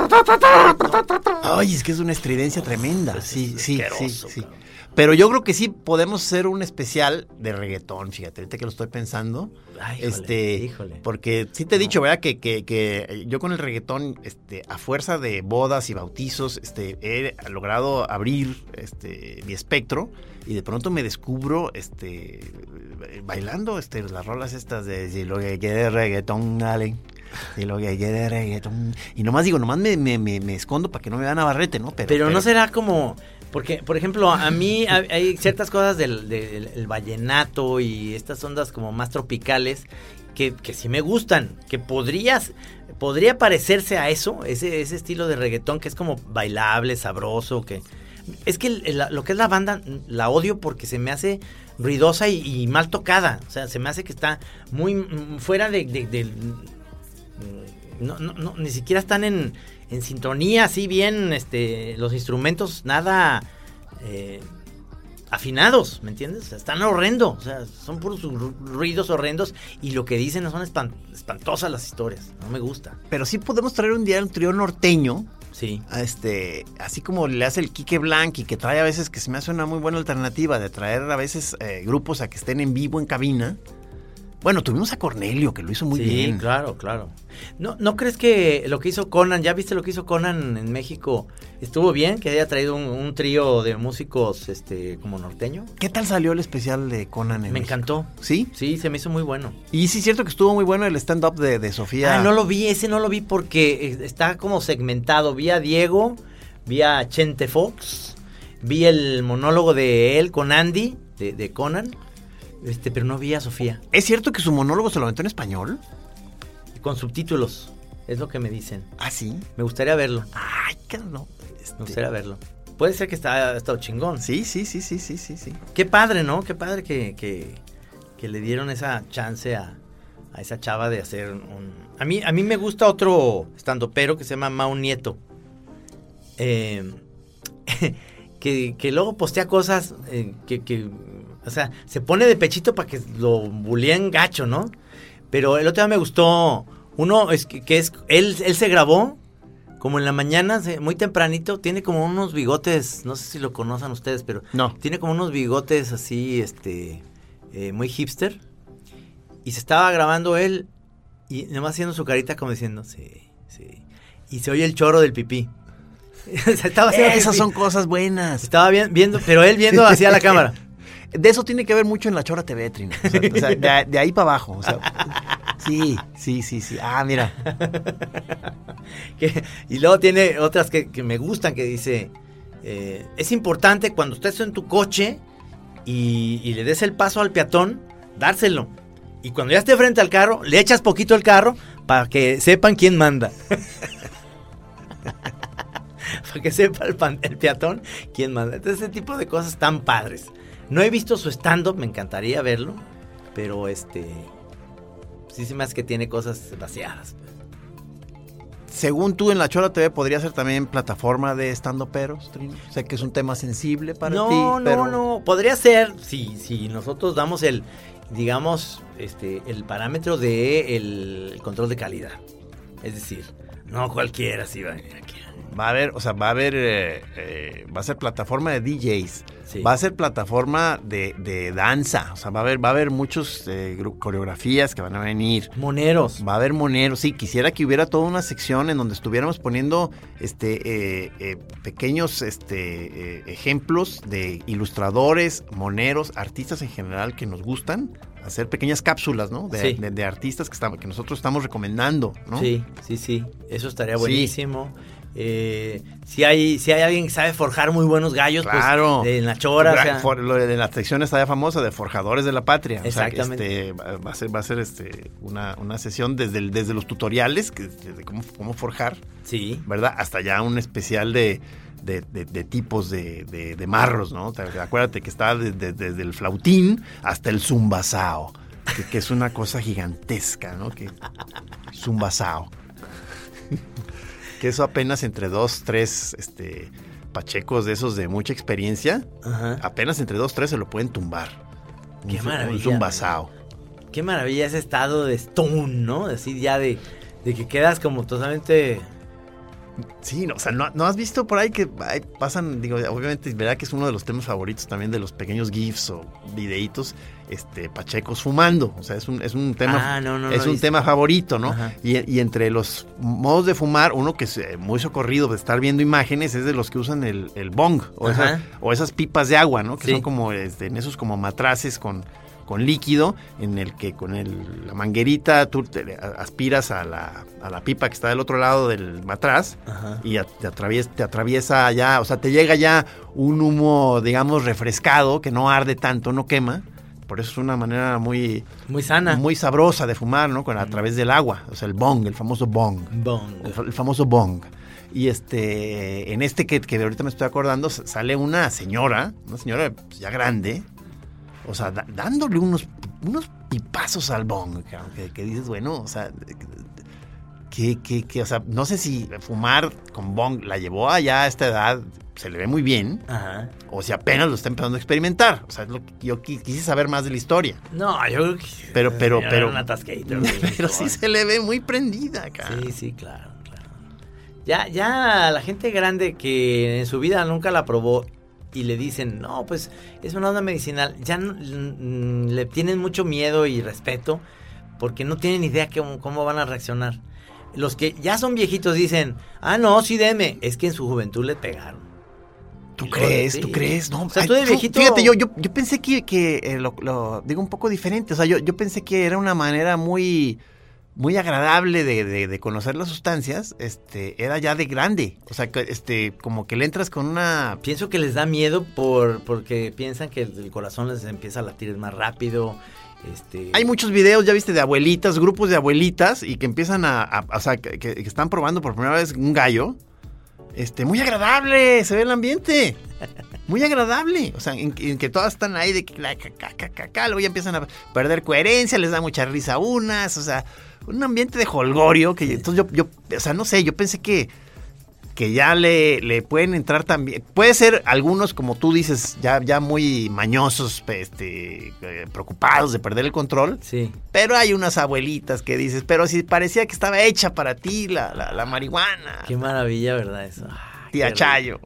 Ay, es que es una estridencia tremenda. Sí, es sí, sí, asqueroso, sí. cabrón. Pero yo creo que sí podemos hacer un especial de reggaetón, fíjate, ahorita que lo estoy pensando. Ay, híjole, este, híjole. Porque sí te he dicho, ¿verdad? Que, que, que yo con el reggaetón, este, a fuerza de bodas y bautizos, este, he logrado abrir este, mi espectro y de pronto me descubro este, bailando este, las rolas estas de si lo que quiere reggaetón, dale. Si lo que quiere reggaetón. Y nomás digo, nomás me, me, me, me escondo para que no me vean a Navarrete, ¿no? Pero, pero no será como... Porque, por ejemplo, a mí hay hay ciertas cosas del, del el vallenato y estas ondas como más tropicales que, que sí me gustan, que podrías, podría parecerse a eso, ese, ese estilo de reggaetón que es como bailable, sabroso, que... Es que el- el- lo que es la banda la odio porque se me hace ruidosa y, y mal tocada, o sea, se me hace que está muy mm, fuera de... de- del- no, no, no, ni siquiera están en, en sintonía, así bien, este, los instrumentos nada eh, afinados, ¿me entiendes? O sea, están horrendo, o sea, son puros ru- ruidos horrendos y lo que dicen son espan- espantosas las historias, no me gusta. Pero sí podemos traer un día un trío norteño, Sí. a este, así como le hace el Quique Blanqui, que trae a veces, que se me hace una muy buena alternativa de traer a veces eh, grupos a que estén en vivo en cabina. Bueno, tuvimos a Cornelio, que lo hizo muy sí, bien. claro, claro. ¿No, ¿No crees que lo que hizo Conan, ya viste lo que hizo Conan en México, estuvo bien? Que haya traído un, un trío de músicos este como norteño. ¿Qué tal salió el especial de Conan en Me México? encantó. ¿Sí? Sí, se me hizo muy bueno. Y sí es cierto que estuvo muy bueno el stand-up de, de Sofía. Ah, no lo vi, ese no lo vi porque eh, está como segmentado. Vi a Diego, vi a Chente Fox, vi el monólogo de él con Andy, de, de Conan, este, pero no vi a Sofía. ¿Es cierto que su monólogo se lo aventó en español? Con subtítulos, es lo que me dicen. Ah, sí. Me gustaría verlo, Ay, que no. Este, me gustaría verlo. Puede ser que está, ha estado chingón. Sí, sí, sí, sí, sí, sí, sí. Qué padre, ¿no? Qué padre que, que, que le dieron esa chance a, a esa chava de hacer un... A mí, a mí me gusta otro estandopero que se llama Mau Nieto. Eh, que, que luego postea cosas eh, que, que... O sea, se pone de pechito para que lo bulleen gacho, ¿no? Pero el otro día me gustó... Uno es que, que es... Él, él se grabó como en la mañana, muy tempranito. Tiene como unos bigotes... No sé si lo conocen ustedes, pero... No. Tiene como unos bigotes así, este... Eh, muy hipster. Y se estaba grabando él y nomás haciendo su carita como diciendo, sí, sí. Y se oye el chorro del pipí. Se estaba haciendo Esas pipí. son cosas buenas. Estaba bien, viendo, pero él viendo hacia la cámara. De eso tiene que ver mucho en La Chora T V, Trino. O sea, o sea, de, de ahí para abajo. O sea, sí, sí, sí, sí. Ah, mira. Que, y luego tiene otras que, que me gustan, que dice, eh, es importante cuando estés en tu coche y, y le des el paso al peatón, dárselo. Y cuando ya esté frente al carro, le echas poquito el carro para que sepan quién manda. Para que sepa el, pan, el peatón quién manda. Entonces, ese tipo de cosas tan padres. No he visto su stand-up, me encantaría verlo. Pero este... sí se me hace que tiene cosas vaciadas. Según tú, en La Chora T V podría ser también plataforma de stand-uperos, Trino. Sé que es un tema sensible para no, ti. No, pero... no, no. Podría ser si, si nosotros damos el... digamos, este, el parámetro de el control de calidad. Es decir, no cualquiera sí va a venir aquí. Va a haber, o sea, va a haber, eh, eh, va a ser plataforma de D Js, sí. Va a ser plataforma de, de danza, o sea, va a haber, va a haber muchos eh, coreografías que van a venir. Moneros. Va a haber moneros, sí, quisiera que hubiera toda una sección en donde estuviéramos poniendo este eh, eh, pequeños este eh, ejemplos de ilustradores, moneros, artistas en general que nos gustan. Hacer pequeñas cápsulas, ¿no? De, sí. de, de artistas que, estamos, que nosotros estamos recomendando, ¿no? Sí, sí, sí. Eso estaría buenísimo. Sí. Eh, si hay si hay alguien que sabe forjar muy buenos gallos, claro. Pues, de, en la Chora. Gra- o sea, for, lo de la sección está ya famosa de Forjadores de la Patria. Exactamente. O sea, que este, va a ser, va a ser este, una, una sesión desde, el, desde los tutoriales que, de cómo, cómo forjar, sí. ¿verdad? Hasta ya un especial de... De, de, de tipos de, de, de marros, ¿no? Acuérdate que está desde, desde el flautín hasta el zumbasao, que, que es una cosa gigantesca, ¿no? Que zumbasao. Que eso apenas entre dos, tres este, pachecos de esos de mucha experiencia, ajá. Apenas entre dos, tres se lo pueden tumbar. Qué un, maravilla. Un zumbasao. Qué maravilla ese estado de stone, ¿no? Así ya de, de que quedas como totalmente... Sí, no, o sea, ¿no, no has visto por ahí que ay, pasan, digo, obviamente, verá que es uno de los temas favoritos también de los pequeños GIFs o videitos, este, pachecos fumando, o sea, es un, es un tema, ah, no, no, es no, un es... tema favorito, ¿no? Y, y entre los modos de fumar, uno que es muy socorrido de estar viendo imágenes es de los que usan el, el bong, o esas, o esas pipas de agua, ¿no? Que sí. Son como, este, en esos como matraces con... con líquido, en el que con el, la manguerita tú te aspiras a la, a la pipa que está del otro lado del matraz. Ajá. Y a, te, atraviesa, te atraviesa ya, o sea, te llega ya un humo, digamos, refrescado, que no arde tanto, no quema. Por eso es una manera muy... Muy sana. Muy sabrosa de fumar, ¿no? Con, a través del agua, o sea, el bong, el famoso bong. Bong. El, el famoso bong. Y este, en este que, que ahorita me estoy acordando, sale una señora, una señora pues, ya grande, o sea, da, dándole unos, unos pipazos al bong, que, que dices, bueno, o sea, que, que, que, o sea, no sé si fumar con bong la llevó allá a esta edad, se le ve muy bien, ajá. O si apenas lo está empezando a experimentar. O sea, es lo que yo quise saber más de la historia. No, yo creo que... Pero, pero, pero... Una tasqueita, pero sí se le ve muy prendida, cara. Sí, sí, claro, claro. Ya, ya la gente grande que en su vida nunca la probó y le dicen, no, pues es una onda medicinal, ya no, mm, le tienen mucho miedo y respeto porque no tienen idea cómo, cómo van a reaccionar. Los que ya son viejitos dicen, ah, no, sí deme, es que en su juventud le pegaron. ¿Tú y crees? Sí. ¿Tú crees? No, o sea, tú de viejito... Fíjate, yo, yo, yo pensé que, que eh, lo, lo digo un poco diferente, o sea, yo, yo pensé que era una manera muy... muy agradable de, de, de conocer las sustancias, este, era ya de grande, o sea, que, este, como que le entras con una... Pienso que les da miedo por porque piensan que el corazón les empieza a latir más rápido, este... Hay muchos videos, ya viste, de abuelitas, grupos de abuelitas, y que empiezan a, a o sea, que, que están probando por primera vez un gallo, este, muy agradable, se ve el ambiente. Muy agradable, o sea, en, en que todas están ahí de que la caca, caca, caca, luego ya empiezan a perder coherencia, les da mucha risa a unas, o sea, un ambiente de jolgorio que entonces yo, yo, o sea, no sé, yo pensé que, que ya le, le pueden entrar también, puede ser algunos, como tú dices, ya, ya muy mañosos, este, eh, preocupados de perder el control, Sí. pero hay unas abuelitas que dices, pero si parecía que estaba hecha para ti la, la, la marihuana. Qué maravilla, ¿verdad? Eso. Ay, Tía qué Chayo.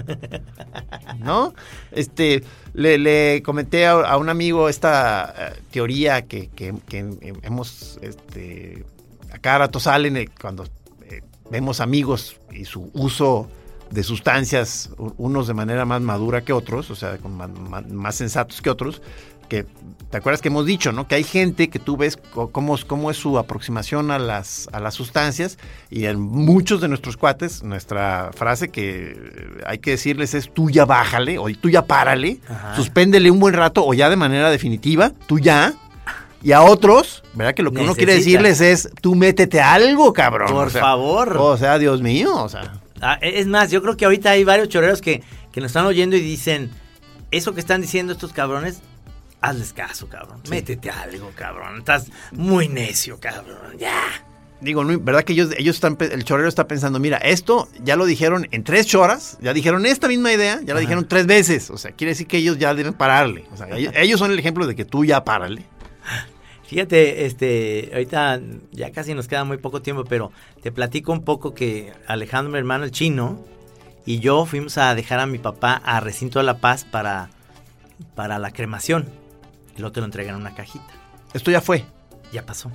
¿No? Este, le, le comenté a, a un amigo esta uh, teoría que, que, que hemos, este, a cada rato salen eh, cuando eh, vemos amigos y su uso de sustancias, unos de manera más madura que otros, o sea, con más, más, más sensatos que otros, que te acuerdas que hemos dicho, ¿no? Que hay gente que tú ves cómo, cómo es su aproximación a las, a las sustancias, y en muchos de nuestros cuates, nuestra frase que hay que decirles es tú ya bájale, o tú ya párale, Ajá. suspéndele un buen rato, o ya de manera definitiva, tú ya. Y a otros, ¿verdad? Que lo que uno quiere Necesita. decirles es tú métete algo, cabrón. Por o sea, favor. O sea, Dios mío, o sea. Ah, es más, yo creo que ahorita hay varios choreros que, que nos están oyendo y dicen, eso que están diciendo estos cabrones, hazles caso, cabrón. Sí. Métete algo, cabrón. Estás muy necio, cabrón. Ya. Digo, no, ¿verdad que ellos, ellos están, el chorero está pensando, mira, esto ya lo dijeron en tres choras, ya dijeron esta misma idea, ya la Ajá. dijeron tres veces, o sea, quiere decir que ellos ya deben pararle, o sea, ellos, ellos son el ejemplo de que tú ya párale. Fíjate, este, ahorita ya casi nos queda muy poco tiempo, pero te platico un poco que Alejandro, mi hermano, el chino, y yo fuimos a dejar a mi papá a Recinto de la Paz para, para la cremación. Y luego te lo entregan en una cajita. Esto ya fue. Ya pasó.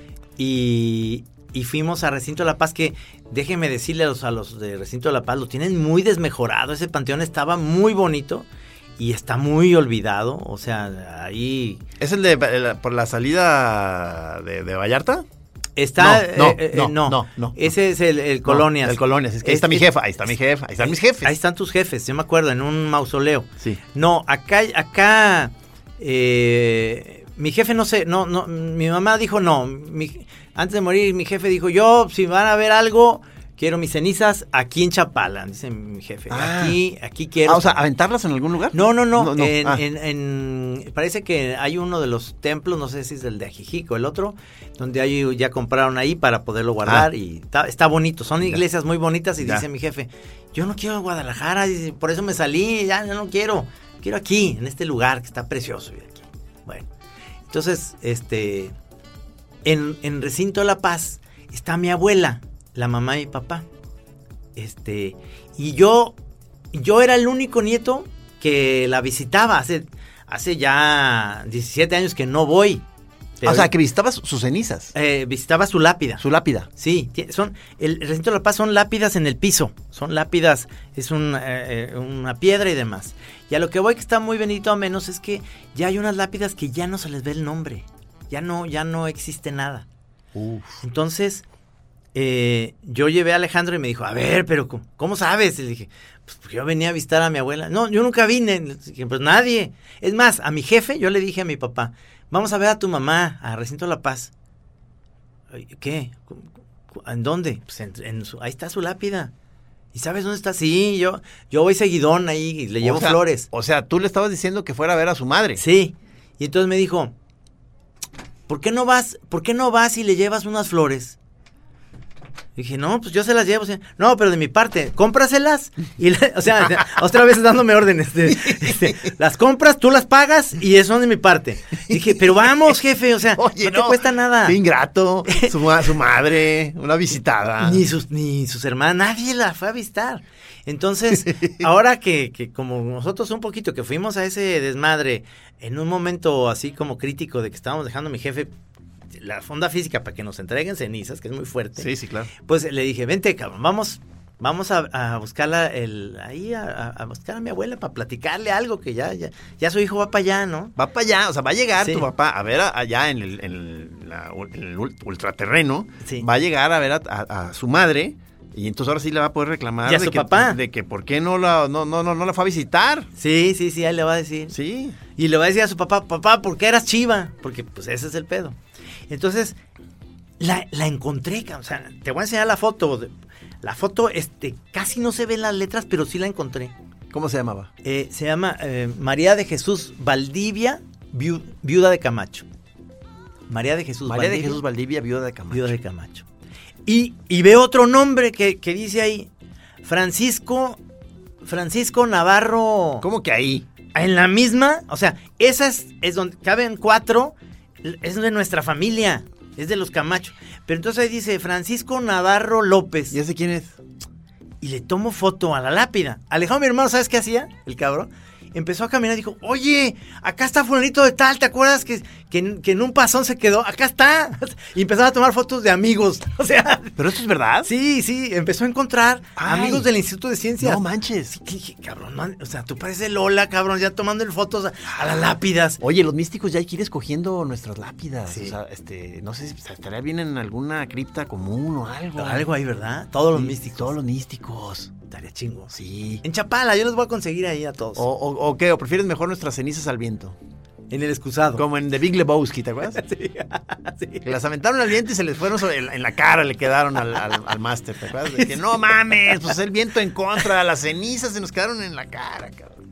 Y, y fuimos a Recinto de la Paz, que déjenme decirle a los, a los de Recinto de la Paz, lo tienen muy desmejorado. Ese panteón estaba muy bonito y está muy olvidado. O sea, ahí... ¿Es el de el, por la salida de, de Vallarta? Está... No, eh, eh, no, no, no, no. Ese es el, el Colonias. No, el Colonias, es que ahí está Es- mi jefa, ahí está mi jefa, ahí están mis jefes. Ahí están tus jefes, yo me acuerdo, en un mausoleo. Sí. No, acá, acá, eh, mi jefe no sé, no, no, mi mamá dijo no, mi, antes de morir mi jefe dijo, yo, si van a ver algo, quiero mis cenizas aquí en Chapala, dice mi jefe, Ah. aquí, aquí quiero. Ah, o sea, ¿aventarlas en algún lugar? No, no, no, No, no, En, ah. en- en- parece que hay uno de los templos, no sé si es el de Ajijico, el otro, donde hay, ya compraron ahí para poderlo guardar Ah. y está, está bonito, son iglesias muy bonitas y Ya. dice mi jefe, yo no quiero Guadalajara, dice, por eso me salí, ya, ya no quiero, quiero aquí, en este lugar que está precioso y aquí. Bueno, entonces, este, en, en Recinto de la Paz está mi abuela, la mamá de mi papá, este, y yo, yo era el único nieto que la visitaba, hace, hace ya diecisiete años que no voy. Pero, o sea, que visitabas sus cenizas, eh, visitaba su lápida. su lápida. Sí, ti- son el Recinto de la Paz son lápidas en el piso, son lápidas, es un, eh, eh, una piedra y demás. Y a lo que voy que está muy bonito a menos es que ya hay unas lápidas que ya no se les ve el nombre, ya no, ya no existe nada. Uf. Entonces, eh, yo llevé a Alejandro y me dijo, a ver, pero ¿cómo, cómo sabes? Y le dije, pues porque yo venía a visitar a mi abuela. No, yo nunca vine. Le dije, pues nadie. Es más, a mi jefe yo le dije a mi papá, vamos a ver a tu mamá, a Recinto de la Paz. ¿Qué? ¿En dónde? Pues en, en su, ahí está su lápida. ¿Y sabes dónde está? Sí, yo, yo voy seguidón ahí y le llevo O sea, flores. O sea, tú le estabas diciendo que fuera a ver a su madre. Sí. Y entonces me dijo, ¿por qué no vas, por qué no vas y le llevas unas flores? Dije, no, pues yo se las llevo. No, pero de mi parte, cómpraselas. Y le- o sea, otra vez dándome órdenes. de- este, las compras, tú las pagas y eso son de mi parte. Dije, pero vamos, jefe, o sea, Oye, no, te cuesta nada. Qué ingrato. Su, ma- su madre, una visitada. Ni sus, ni sus hermanas, nadie la fue a visitar. Entonces, ahora que, que como nosotros un poquito que fuimos a ese desmadre en un momento así como crítico de que estábamos dejando a mi jefe la fonda física para que nos entreguen cenizas, que es muy fuerte. Sí, sí, claro. Pues le dije, vente, cabrón, vamos, vamos a, a buscarla el, ahí a, a buscar a mi abuela para platicarle algo que ya, ya, ya su hijo va para allá, ¿no? Va para allá, o sea, va a llegar Sí. tu papá a ver a- allá en el, en el, la- en el ul- ultraterreno. Sí. Va a llegar a ver a, a- a su madre. Y entonces ahora sí le va a poder reclamar Y a de su que, papá. de que por qué no la, no, no, no, no la fue a visitar. Sí, sí, sí, ahí le va a decir. Sí. Y le va a decir a su papá, papá, ¿por qué eras chiva? Porque pues ese es el pedo. Entonces, la, la encontré, ca- o sea, te voy a enseñar la foto. de- La foto, este, casi no se ven las letras, pero sí la encontré. ¿Cómo se llamaba? Eh, se llama eh, María de Jesús Valdivia, viu- viuda de Camacho. María de Jesús María Valdivia. de Jesús Valdivia, viuda de Camacho. Viuda de Camacho. Y, y veo otro nombre que, que dice ahí, Francisco, Francisco Navarro. ¿Cómo que ahí? En la misma, o sea, esa es, es donde caben cuatro, es de nuestra familia, es de los Camacho. Pero entonces ahí dice Francisco Navarro López. ¿Y ese quién es? Y le tomo foto a la lápida. Alejandro, mi hermano, ¿sabes qué hacía? El cabrón. Empezó a caminar y dijo, oye, acá está fulanito de tal, ¿te acuerdas que, que, que en un pasón se quedó? Acá está. Y empezaba a tomar fotos de amigos. O sea... ¿Pero esto es verdad? Sí, sí, empezó a encontrar Ay, amigos del Instituto de Ciencias. No manches. Sí, que dije, cabrón, man, o sea, tú pareces Lola, cabrón, ya tomando fotos a, a las lápidas. Oye, los místicos ya hay que ir escogiendo nuestras lápidas. Sí. O sea, este, no sé si estaría bien en alguna cripta común o algo. Algo ahí, ¿verdad? Todos los Sí, místicos. Todos los místicos. Estaría chingo. Sí. En Chapala, yo los voy a conseguir ahí a todos. O, o, o qué, o prefieres mejor nuestras cenizas al viento. En el excusado. Como en The Big Lebowski, ¿te acuerdas? Sí, sí. Que las aventaron al viento y se les fueron sobre, en, en la cara, le quedaron al, al, al máster, ¿te acuerdas? De que no mames, pues el viento en contra, las cenizas se nos quedaron en la cara, cabrón.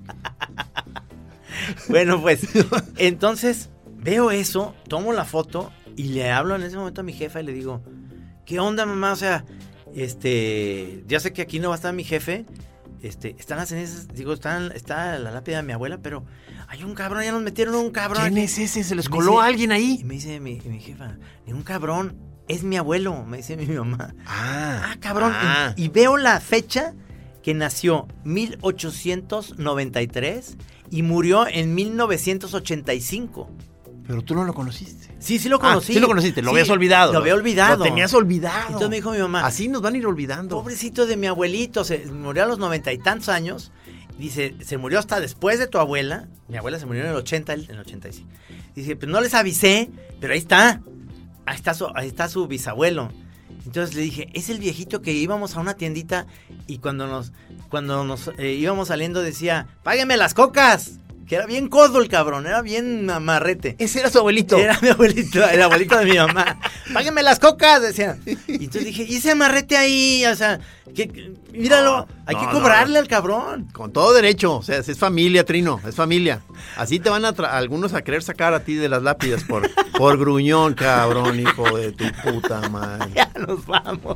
Bueno, pues, entonces veo eso, tomo la foto y le hablo en ese momento a mi jefa y le digo, ¿qué onda, mamá? O sea, este, ya sé que aquí no va a estar mi jefe, este, están las cenizas, digo, están, está la lápida de mi abuela, pero hay un cabrón, ya nos metieron un cabrón. ¿Quién aquí. es ese? ¿Se les Y me coló dice- a alguien Y ahí? me dice mi, mi jefa, ningún cabrón, es mi abuelo, me dice mi mamá. Ah, Ah, cabrón. ah. Y, y veo la fecha que nació mil ochocientos noventa y tres y murió en mil novecientos ochenta y cinco. Pero tú no lo conociste. Sí, sí lo Ah, conocí. sí lo conociste, lo Sí, habías olvidado. Lo había olvidado. Lo tenías olvidado. Entonces me dijo mi mamá, Así nos van a ir olvidando. pobrecito de mi abuelito, se murió a los noventa y tantos años. Dice, se murió hasta después de tu abuela. Mi abuela se murió en el ochenta, él en el ochenta y cinco. Dice, pues no les avisé, pero ahí está. Ahí está su, ahí está su bisabuelo. Entonces le dije, es el viejito que íbamos a una tiendita y cuando nos, cuando nos eh, íbamos saliendo decía, páguenme las cocas. Que era bien codo el cabrón, era bien amarrete. Ese era su abuelito. Era mi abuelito, el abuelito de mi mamá. Páguenme las cocas, decía. Y entonces dije, ¿y ese amarrete ahí? O sea, que, que- míralo, No, hay no, que no, cobrarle no. al cabrón. Con todo derecho. O sea, es familia, Trino. Es familia. Así te van a tra- algunos a querer sacar a ti de las lápidas por, por gruñón, cabrón, hijo de tu puta madre. Ya nos vamos.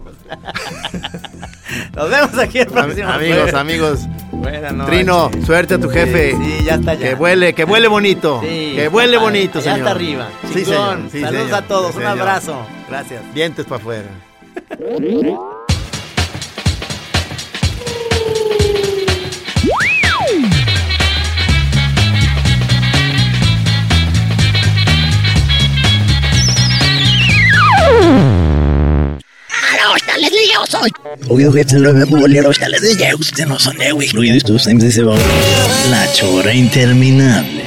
Nos vemos aquí el próximo Am- amigos, jueves. amigos. Buenas noches. Trino, suerte a tu jefe. Sí, sí, ya está ya. Que vuele, que vuele bonito. Sí, que está vuele padre. bonito, Allá señor. hasta arriba. Sí, Chingón. señor. Sí, Saludos señor. a todos. Sí, Un señor. abrazo. Gracias. Dientes para afuera. La chora interminable.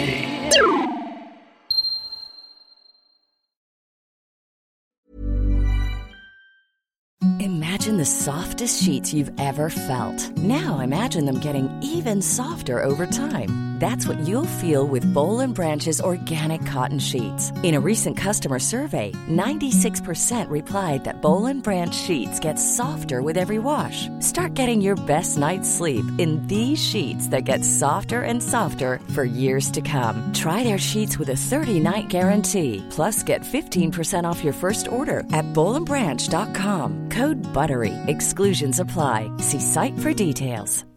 Imagine the softest sheets you've ever felt. Now imagine them getting even softer over time. That's what you'll feel with Bowl and Branch's organic cotton sheets. In a recent customer survey, ninety-six percent replied that Bowl and Branch sheets get softer with every wash. Start getting your best night's sleep in these sheets that get softer and softer for years to come. Try their sheets with a thirty-night guarantee. Plus, get fifteen percent off your first order at bowl and branch dot com. Code BUTTERY. Exclusions apply. See site for details.